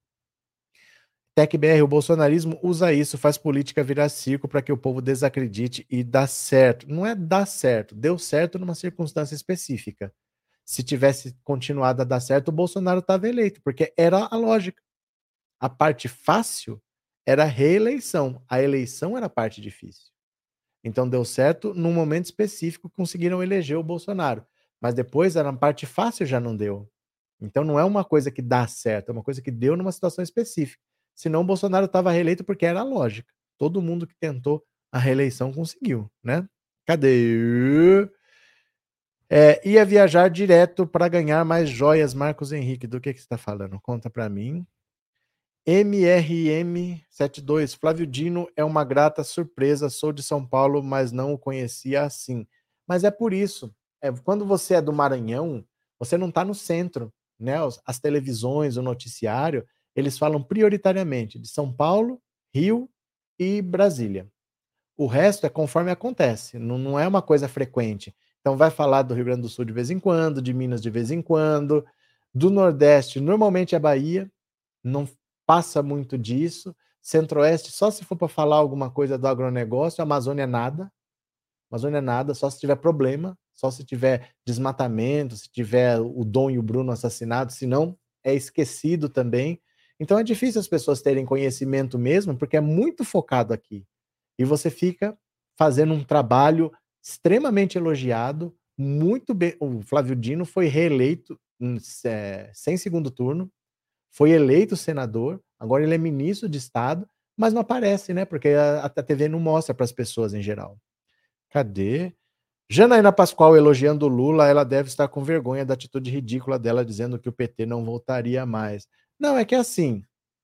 TecBR, o bolsonarismo usa isso, faz política virar circo para que o povo desacredite e dá certo. Não é dar certo, deu certo numa circunstância específica. Se tivesse continuado a dar certo, o Bolsonaro estava eleito, porque era a lógica. A parte fácil era a reeleição, a eleição era a parte difícil. Então deu certo num momento específico, conseguiram eleger o Bolsonaro. Mas depois, era a parte fácil, já não deu. Então não é uma coisa que dá certo, é uma coisa que deu numa situação específica. Senão o Bolsonaro estava reeleito porque era a lógica. Todo mundo que tentou a reeleição conseguiu, né? Cadê? É, ia viajar direto para ganhar mais joias, Marcos Henrique. Do que, que você está falando? Conta para mim. M R M setenta e dois, Flávio Dino é uma grata surpresa, sou de São Paulo, mas não o conhecia assim. Mas é por isso, é, quando você é do Maranhão, você não está no centro, né? As televisões, o noticiário, eles falam prioritariamente de São Paulo, Rio e Brasília. O resto é conforme acontece, não, não é uma coisa frequente. Então vai falar do Rio Grande do Sul de vez em quando, de Minas de vez em quando, do Nordeste, normalmente é Bahia, não passa muito disso. Centro-Oeste, só se for para falar alguma coisa do agronegócio. Amazônia é nada. Amazônia é nada, só se tiver problema, só se tiver desmatamento, se tiver o Dom e o Bruno assassinados, senão é esquecido também. Então é difícil as pessoas terem conhecimento mesmo, porque é muito focado aqui. E você fica fazendo um trabalho extremamente elogiado, muito bem. O Flávio Dino foi reeleito é, sem segundo turno, foi eleito senador, agora ele é ministro de Estado, mas não aparece, né? Porque a, a T V não mostra para as pessoas em geral. Cadê? Janaína Pascoal elogiando o Lula, ela deve estar com vergonha da atitude ridícula dela, dizendo que o P T não voltaria mais. Não, é que é assim,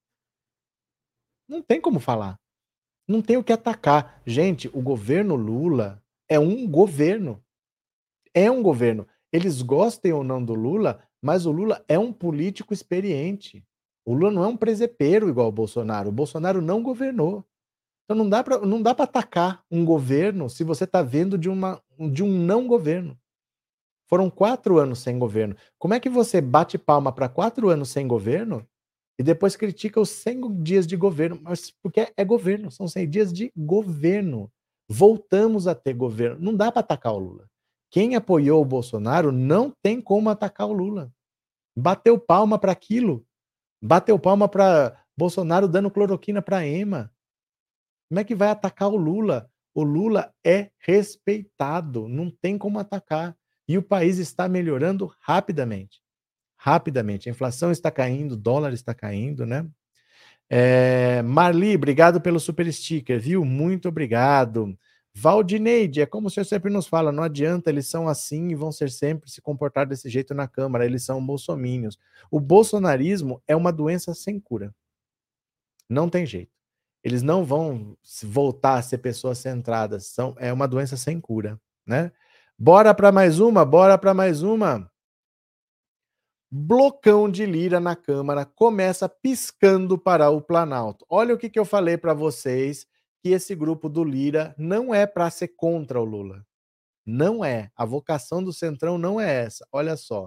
não tem como falar. Não tem o que atacar. Gente, o governo Lula é um governo. É um governo. Eles gostem ou não do Lula, mas o Lula é um político experiente. O Lula não é um presepeiro igual o Bolsonaro. O Bolsonaro não governou. Então não dá para não dá para atacar um governo se você está vendo de, uma, de um não governo. Foram quatro anos sem governo. Como é que você bate palma para quatro anos sem governo e depois critica os cem dias de governo? Mas porque é governo, são cem dias de governo. Voltamos a ter governo. Não dá para atacar o Lula. Quem apoiou o Bolsonaro não tem como atacar o Lula. Bateu palma para aquilo. Bateu palma para Bolsonaro dando cloroquina para Ema. Como é que vai atacar o Lula? O Lula é respeitado, não tem como atacar. E o país está melhorando rapidamente. Rapidamente. A inflação está caindo, o dólar está caindo, né? É, Marli, obrigado pelo super sticker, viu? Muito obrigado. Valdineide, é como o senhor sempre nos fala, não adianta, eles são assim e vão ser sempre se comportar desse jeito na Câmara, eles são bolsomínios. O bolsonarismo é uma doença sem cura. Não tem jeito. Eles não vão voltar a ser pessoas centradas, são, é uma doença sem cura, né? Bora para mais uma, bora para mais uma. Blocão de Lira na Câmara começa piscando para o Planalto. Olha o que, que eu falei para vocês, que esse grupo do Lira não é para ser contra o Lula. Não é. A vocação do Centrão não é essa. Olha só.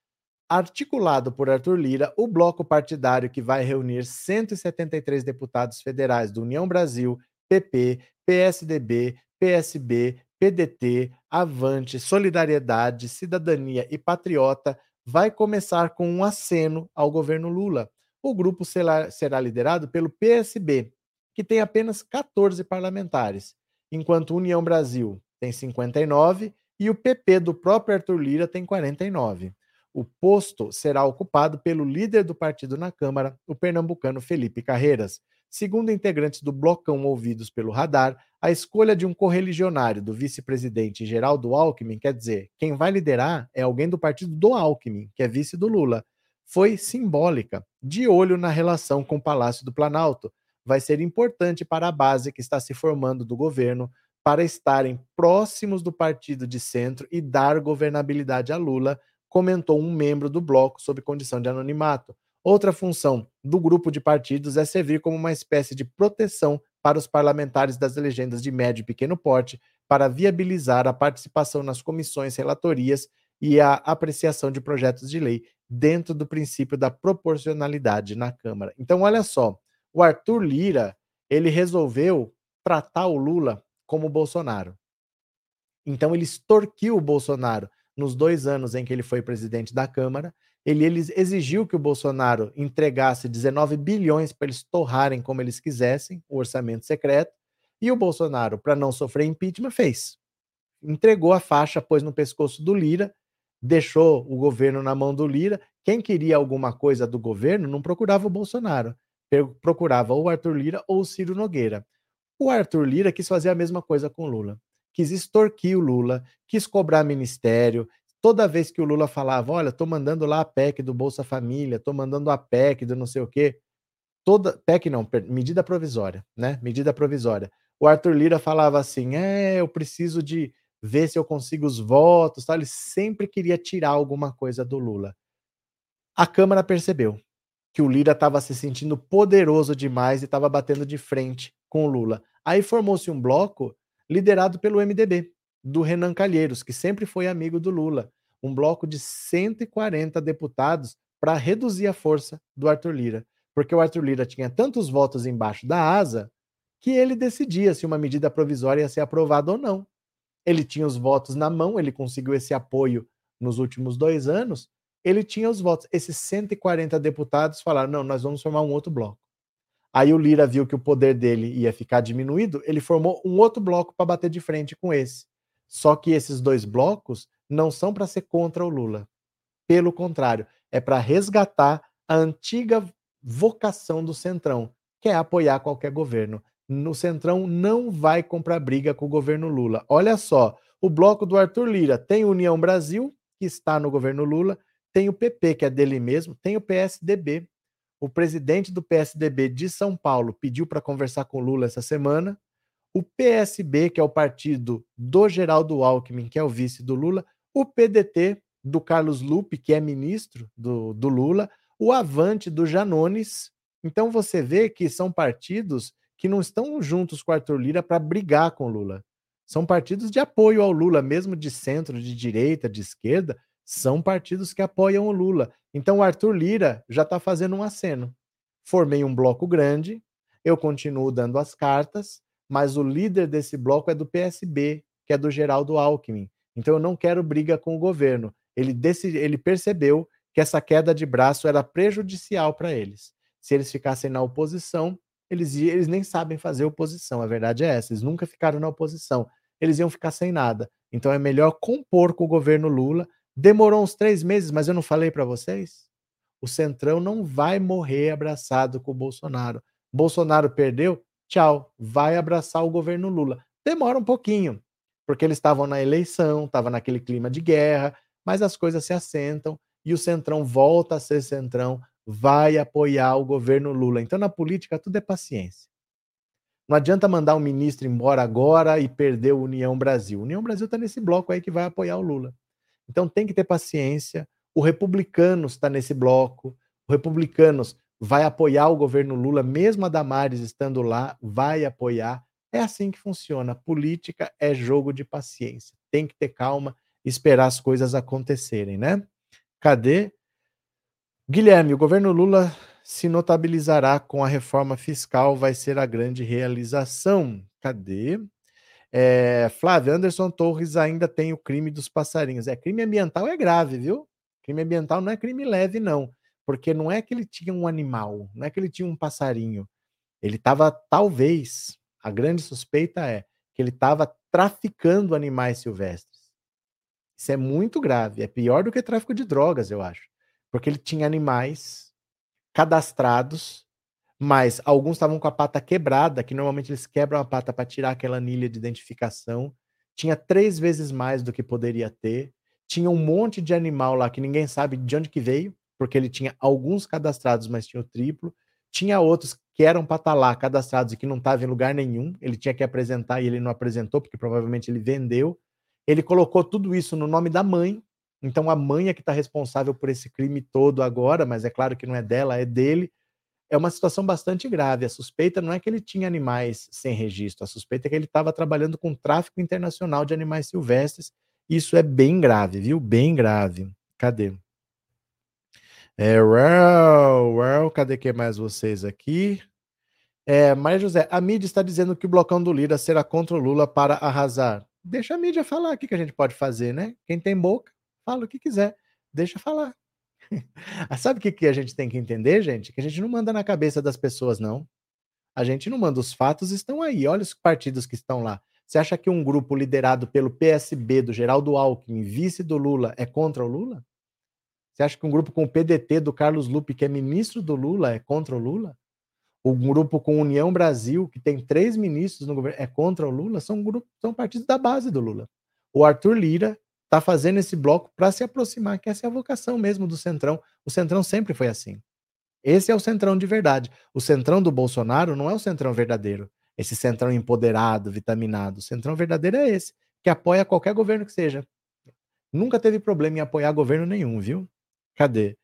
Articulado por Arthur Lira, o bloco partidário que vai reunir cento e setenta e três deputados federais do União Brasil, P P, P S D B, P S B, P D T, Avante, Solidariedade, Cidadania e Patriota, vai começar com um aceno ao governo Lula. O grupo será, será liderado pelo P S B, que tem apenas quatorze parlamentares, enquanto União Brasil tem cinquenta e nove e o P P do próprio Arthur Lira tem quarenta e nove. O posto será ocupado pelo líder do partido na Câmara, o pernambucano Felipe Carreiras. Segundo integrantes do blocão ouvidos pelo radar, a escolha de um correligionário do vice-presidente Geraldo Alckmin, quer dizer, quem vai liderar é alguém do partido do Alckmin, que é vice do Lula, foi simbólica, de olho na relação com o Palácio do Planalto. Vai ser importante para a base que está se formando do governo para estarem próximos do partido de centro e dar governabilidade a Lula, comentou um membro do bloco sob condição de anonimato. Outra função do grupo de partidos é servir como uma espécie de proteção para os parlamentares das legendas de médio e pequeno porte, para viabilizar a participação nas comissões, relatorias e a apreciação de projetos de lei dentro do princípio da proporcionalidade na Câmara. Então, olha só, o Arthur Lira, ele resolveu tratar o Lula como o Bolsonaro. Então, ele extorquiu o Bolsonaro nos dois anos em que ele foi presidente da Câmara. Ele, ele exigiu que o Bolsonaro entregasse dezenove bilhões para eles torrarem como eles quisessem, o orçamento secreto, e o Bolsonaro, para não sofrer impeachment, fez. Entregou a faixa, pôs no pescoço do Lira, deixou o governo na mão do Lira. Quem queria alguma coisa do governo não procurava o Bolsonaro, procurava ou o Arthur Lira ou o Ciro Nogueira. O Arthur Lira quis fazer a mesma coisa com o Lula. Quis extorquir o Lula, quis cobrar ministério. Toda vez que o Lula falava, olha, tô mandando lá a P E C do Bolsa Família, tô mandando a P E C do não sei o quê, toda, P E C não, medida provisória, né? Medida provisória. O Arthur Lira falava assim, é, eu preciso de ver se eu consigo os votos, tá? Ele sempre queria tirar alguma coisa do Lula. A Câmara percebeu que o Lira estava se sentindo poderoso demais e estava batendo de frente com o Lula. Aí formou-se um bloco liderado pelo M D B, do Renan Calheiros, que sempre foi amigo do Lula. Um bloco de cento e quarenta deputados para reduzir a força do Arthur Lira. Porque o Arthur Lira tinha tantos votos embaixo da asa que ele decidia se uma medida provisória ia ser aprovada ou não. Ele tinha os votos na mão, ele conseguiu esse apoio nos últimos dois anos, ele tinha os votos. Esses cento e quarenta deputados falaram, não, nós vamos formar um outro bloco. Aí o Lira viu que o poder dele ia ficar diminuído, ele formou um outro bloco para bater de frente com esse. Só que esses dois blocos não são para ser contra o Lula. Pelo contrário, é para resgatar a antiga vocação do Centrão, que é apoiar qualquer governo. No Centrão não vai comprar briga com o governo Lula. Olha só, o bloco do Arthur Lira tem União Brasil, que está no governo Lula, tem o P P, que é dele mesmo, tem o P S D B. O presidente do P S D B de São Paulo pediu para conversar com o Lula essa semana. O P S B, que é o partido do Geraldo Alckmin, que é o vice do Lula. O P D T, do Carlos Lupe, que é ministro do, do Lula. O Avante, do Janones. Então você vê que são partidos que não estão juntos com o Arthur Lira para brigar com o Lula. São partidos de apoio ao Lula, mesmo de centro, de direita, de esquerda, são partidos que apoiam o Lula. Então o Arthur Lira já está fazendo um aceno. Formei um bloco grande, eu continuo dando as cartas, mas o líder desse bloco é do P S B, que é do Geraldo Alckmin. Então eu não quero briga com o governo. Ele, decidi, ele percebeu que essa queda de braço era prejudicial para eles. Se eles ficassem na oposição, eles, eles nem sabem fazer oposição, a verdade é essa, eles nunca ficaram na oposição, eles iam ficar sem nada. Então é melhor compor com o governo Lula. Demorou uns três meses, mas eu não falei para vocês? O Centrão não vai morrer abraçado com o Bolsonaro. Bolsonaro perdeu, tchau, vai abraçar o governo Lula. Demora um pouquinho, porque eles estavam na eleição, estava naquele clima de guerra, mas as coisas se assentam e o Centrão volta a ser Centrão, vai apoiar o governo Lula. Então, na política, tudo é paciência. Não adianta mandar um ministro embora agora e perder o União Brasil. O União Brasil está nesse bloco aí que vai apoiar o Lula. Então, tem que ter paciência. O Republicanos está nesse bloco. O Republicanos vai apoiar o governo Lula, mesmo a Damares estando lá, vai apoiar. É assim que funciona. Política é jogo de paciência. Tem que ter calma, esperar as coisas acontecerem, né? Cadê? Guilherme, o governo Lula se notabilizará com a reforma fiscal, vai ser a grande realização. Cadê? É, Flávio, Anderson Torres ainda tem o crime dos passarinhos. É, crime ambiental é grave, viu? Crime ambiental não é crime leve, não. Porque não é que ele tinha um animal, não é que ele tinha um passarinho. Ele estava, talvez, a grande suspeita é que ele estava traficando animais silvestres. Isso é muito grave, é pior do que tráfico de drogas, eu acho. Porque ele tinha animais cadastrados, mas alguns estavam com a pata quebrada, que normalmente eles quebram a pata para tirar aquela anilha de identificação. Tinha três vezes mais do que poderia ter. Tinha um monte de animal lá que ninguém sabe de onde que veio, porque ele tinha alguns cadastrados, mas tinha o triplo. Tinha outros que eram para estar lá cadastrados e que não estavam em lugar nenhum. Ele tinha que apresentar e ele não apresentou, porque provavelmente ele vendeu. Ele colocou tudo isso no nome da mãe. Então a mãe é que está responsável por esse crime todo agora, mas é claro que não é dela, é dele. É uma situação bastante grave. A suspeita não é que ele tinha animais sem registro, a suspeita é que ele estava trabalhando com tráfico internacional de animais silvestres. Isso é bem grave, viu? Bem grave. Cadê? É, well, well, cadê que mais vocês aqui? É, Maria José, a mídia está dizendo que o blocão do Lira será contra o Lula para arrasar. Deixa a mídia falar, o que, que a gente pode fazer, né? Quem tem boca, fala o que quiser, deixa falar. Sabe o que, que a gente tem que entender, gente? Que a gente não manda na cabeça das pessoas, não. A gente não manda, os fatos estão aí, olha os partidos que estão lá. Você acha que um grupo liderado pelo P S B, do Geraldo Alckmin, vice do Lula, é contra o Lula? Você acha que um grupo com o P D T do Carlos Lupe, que é ministro do Lula, é contra o Lula? O grupo com União Brasil, que tem três ministros no governo, é contra o Lula? São, grupos, são partidos da base do Lula. O Arthur Lira está fazendo esse bloco para se aproximar, que essa é a vocação mesmo do Centrão. O Centrão sempre foi assim. Esse é o Centrão de verdade. O Centrão do Bolsonaro não é o Centrão verdadeiro. Esse Centrão empoderado, vitaminado. O Centrão verdadeiro é esse, que apoia qualquer governo que seja. Nunca teve problema em apoiar governo nenhum, viu? Cadê?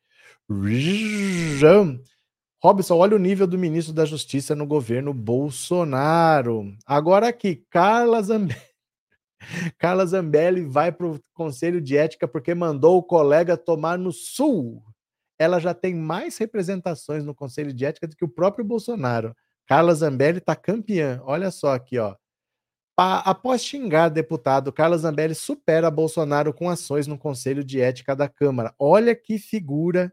Robson, olha o nível do ministro da Justiça no governo Bolsonaro. Agora aqui, Carla Zambelli. Carla Zambelli vai para o Conselho de Ética porque mandou o colega tomar no sul. Ela já tem mais representações no Conselho de Ética do que o próprio Bolsonaro. Carla Zambelli está campeã. Olha só aqui, ó. Após xingar deputado, Carla Zambelli supera Bolsonaro com ações no Conselho de Ética da Câmara. Olha que figura.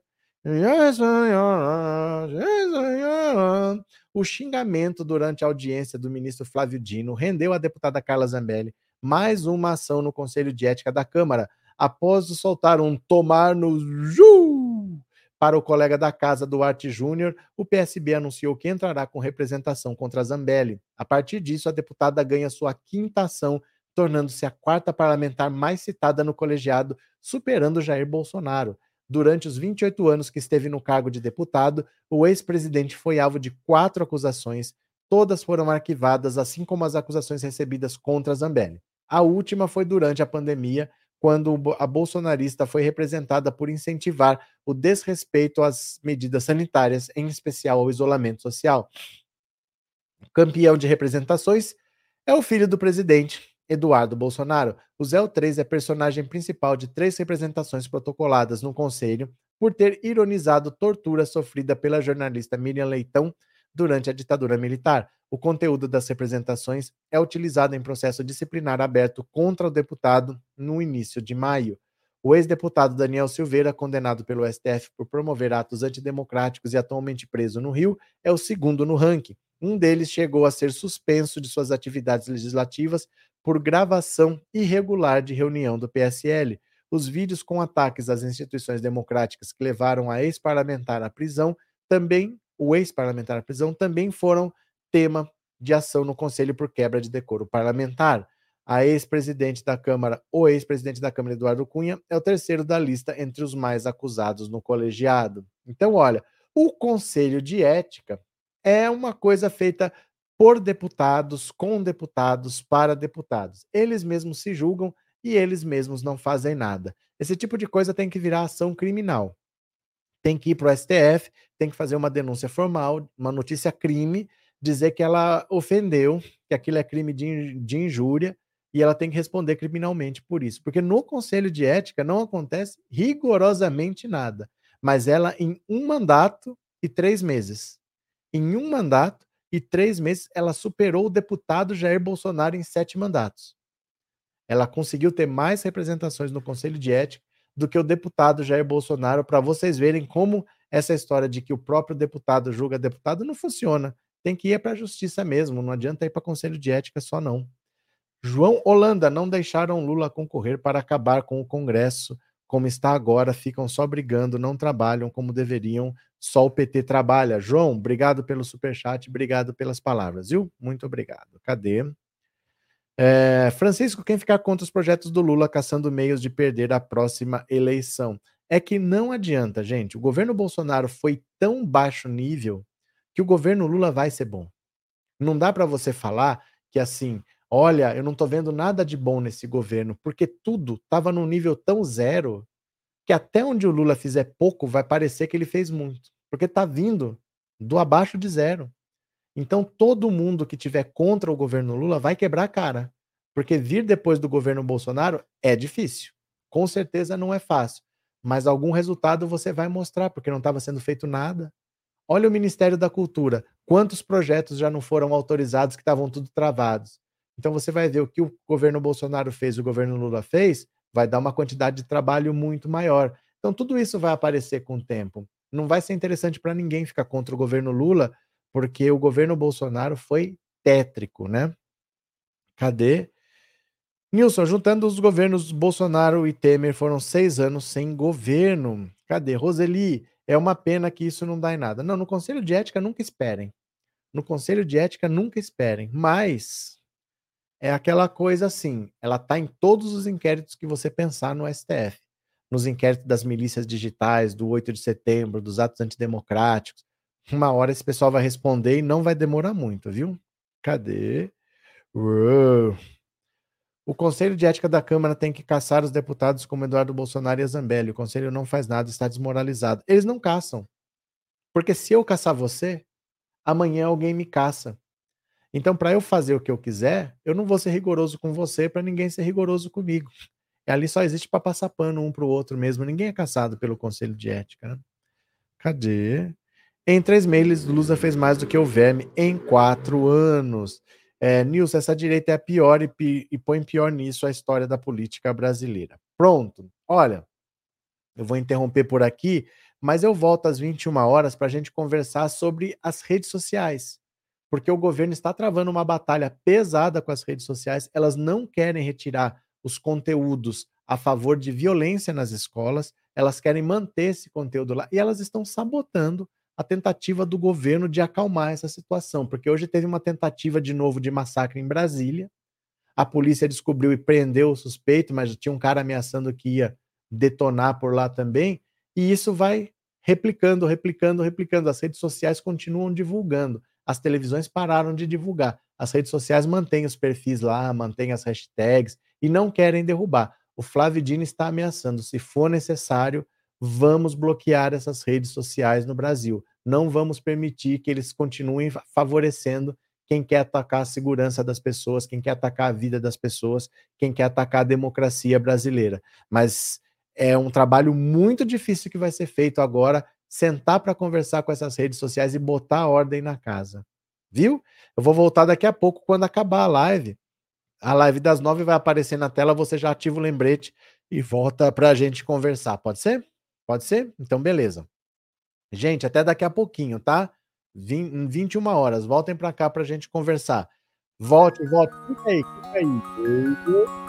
O xingamento durante a audiência do ministro Flávio Dino rendeu à deputada Carla Zambelli mais uma ação no Conselho de Ética da Câmara, após soltar um tomar no ju para o colega da casa, Duarte Júnior. O P S B anunciou que entrará com representação contra Zambelli. A partir disso, a deputada ganha sua quinta ação, tornando-se a quarta parlamentar mais citada no colegiado, superando Jair Bolsonaro. Durante os vinte e oito anos que esteve no cargo de deputado, o ex-presidente foi alvo de quatro acusações. Todas foram arquivadas, assim como as acusações recebidas contra Zambelli. A última foi durante a pandemia, quando a bolsonarista foi representada por incentivar o desrespeito às medidas sanitárias, em especial ao isolamento social. O campeão de representações é o filho do presidente, Eduardo Bolsonaro. O zero três é personagem principal de três representações protocoladas no Conselho por ter ironizado tortura sofrida pela jornalista Miriam Leitão durante a ditadura militar. O conteúdo das representações é utilizado em processo disciplinar aberto contra o deputado no início de maio. O ex-deputado Daniel Silveira, condenado pelo S T F por promover atos antidemocráticos e atualmente preso no Rio, é o segundo no ranking. Um deles chegou a ser suspenso de suas atividades legislativas por gravação irregular de reunião do P S L. Os vídeos com ataques às instituições democráticas que levaram a ex-parlamentar à prisão também, o ex-parlamentar à prisão, também foram tema de ação no Conselho por quebra de decoro parlamentar. A ex-presidente da Câmara, o ex-presidente da Câmara, Eduardo Cunha, é o terceiro da lista entre os mais acusados no colegiado. Então, olha, o Conselho de Ética é uma coisa feita por deputados, com deputados, para deputados. Eles mesmos se julgam, e eles mesmos não fazem nada. Esse tipo de coisa tem que virar ação criminal. Tem que ir para o S T F, tem que fazer uma denúncia formal, uma notícia crime, dizer que ela ofendeu, que aquilo é crime de, de injúria, e ela tem que responder criminalmente por isso. Porque no Conselho de Ética não acontece rigorosamente nada, mas ela em um mandato e três meses. Em um mandato e três meses, ela superou o deputado Jair Bolsonaro em sete mandatos. Ela conseguiu ter mais representações no Conselho de Ética do que o deputado Jair Bolsonaro, para vocês verem como essa história de que o próprio deputado julga deputado não funciona. Tem que ir para a justiça mesmo, não adianta ir para Conselho de Ética só não. João Holanda, não deixaram Lula concorrer para acabar com o Congresso. Como está agora, ficam só brigando, não trabalham como deveriam, só o P T trabalha. João, obrigado pelo superchat, obrigado pelas palavras, viu? Muito obrigado. Cadê? É, Francisco, quem ficar contra os projetos do Lula caçando meios de perder a próxima eleição? É que não adianta, gente. O governo Bolsonaro foi tão baixo nível que o governo Lula vai ser bom. Não dá para você falar que assim, olha, eu não tô vendo nada de bom nesse governo, porque tudo estava num nível tão zero que até onde o Lula fizer pouco vai parecer que ele fez muito, porque tá vindo do abaixo de zero. Então, todo mundo que tiver contra o governo Lula vai quebrar a cara, porque vir depois do governo Bolsonaro é difícil. Com certeza não é fácil, mas algum resultado você vai mostrar, porque não estava sendo feito nada. Olha o Ministério da Cultura, quantos projetos já não foram autorizados que estavam tudo travados. Então você vai ver o que o governo Bolsonaro fez e o governo Lula fez, vai dar uma quantidade de trabalho muito maior. Então tudo isso vai aparecer com o tempo. Não vai ser interessante para ninguém ficar contra o governo Lula, porque o governo Bolsonaro foi tétrico, né? Cadê? Nilson, juntando os governos Bolsonaro e Temer, foram seis anos sem governo. Cadê? Roseli, é uma pena que isso não dá em nada. Não, no Conselho de Ética nunca esperem. No Conselho de Ética nunca esperem. Mas é aquela coisa assim, ela está em todos os inquéritos que você pensar no S T F. Nos inquéritos das milícias digitais, do oito de setembro, dos atos antidemocráticos. Uma hora esse pessoal vai responder e não vai demorar muito, viu? Cadê? Uou. O Conselho de Ética da Câmara tem que caçar os deputados como Eduardo Bolsonaro e Zambelli. O Conselho não faz nada, está desmoralizado. Eles não caçam. Porque se eu caçar você, amanhã alguém me caça. Então, para eu fazer o que eu quiser, eu não vou ser rigoroso com você para ninguém ser rigoroso comigo. E ali só existe para passar pano um para o outro mesmo. Ninguém é caçado pelo Conselho de Ética. Né? Cadê? Em três meses, Lula fez mais do que o Verme em quatro anos. É, Nilson, essa direita é a pior e, pi, e põe pior nisso a história da política brasileira. Pronto. Olha, eu vou interromper por aqui, mas eu volto às vinte e uma horas para a gente conversar sobre as redes sociais. Porque o governo está travando uma batalha pesada com as redes sociais. Elas não querem retirar os conteúdos a favor de violência nas escolas. Elas querem manter esse conteúdo lá. E elas estão sabotando a tentativa do governo de acalmar essa situação, porque hoje teve uma tentativa de novo de massacre em Brasília, a polícia descobriu e prendeu o suspeito, mas tinha um cara ameaçando que ia detonar por lá também, e isso vai replicando, replicando, replicando, as redes sociais continuam divulgando, as televisões pararam de divulgar, as redes sociais mantêm os perfis lá, mantêm as hashtags, e não querem derrubar. O Flávio Dino está ameaçando, se for necessário, vamos bloquear essas redes sociais no Brasil. Não vamos permitir que eles continuem favorecendo quem quer atacar a segurança das pessoas, quem quer atacar a vida das pessoas, quem quer atacar a democracia brasileira. Mas é um trabalho muito difícil que vai ser feito agora, sentar para conversar com essas redes sociais e botar a ordem na casa. Viu? Eu vou voltar daqui a pouco quando acabar a live. A live das nove vai aparecer na tela, você já ativa o lembrete e volta para a gente conversar. Pode ser? Pode ser? Então, beleza. Gente, até daqui a pouquinho, tá? Em vinte e uma horas. Voltem para cá para a gente conversar. Volte, volte. Fica aí, fica aí.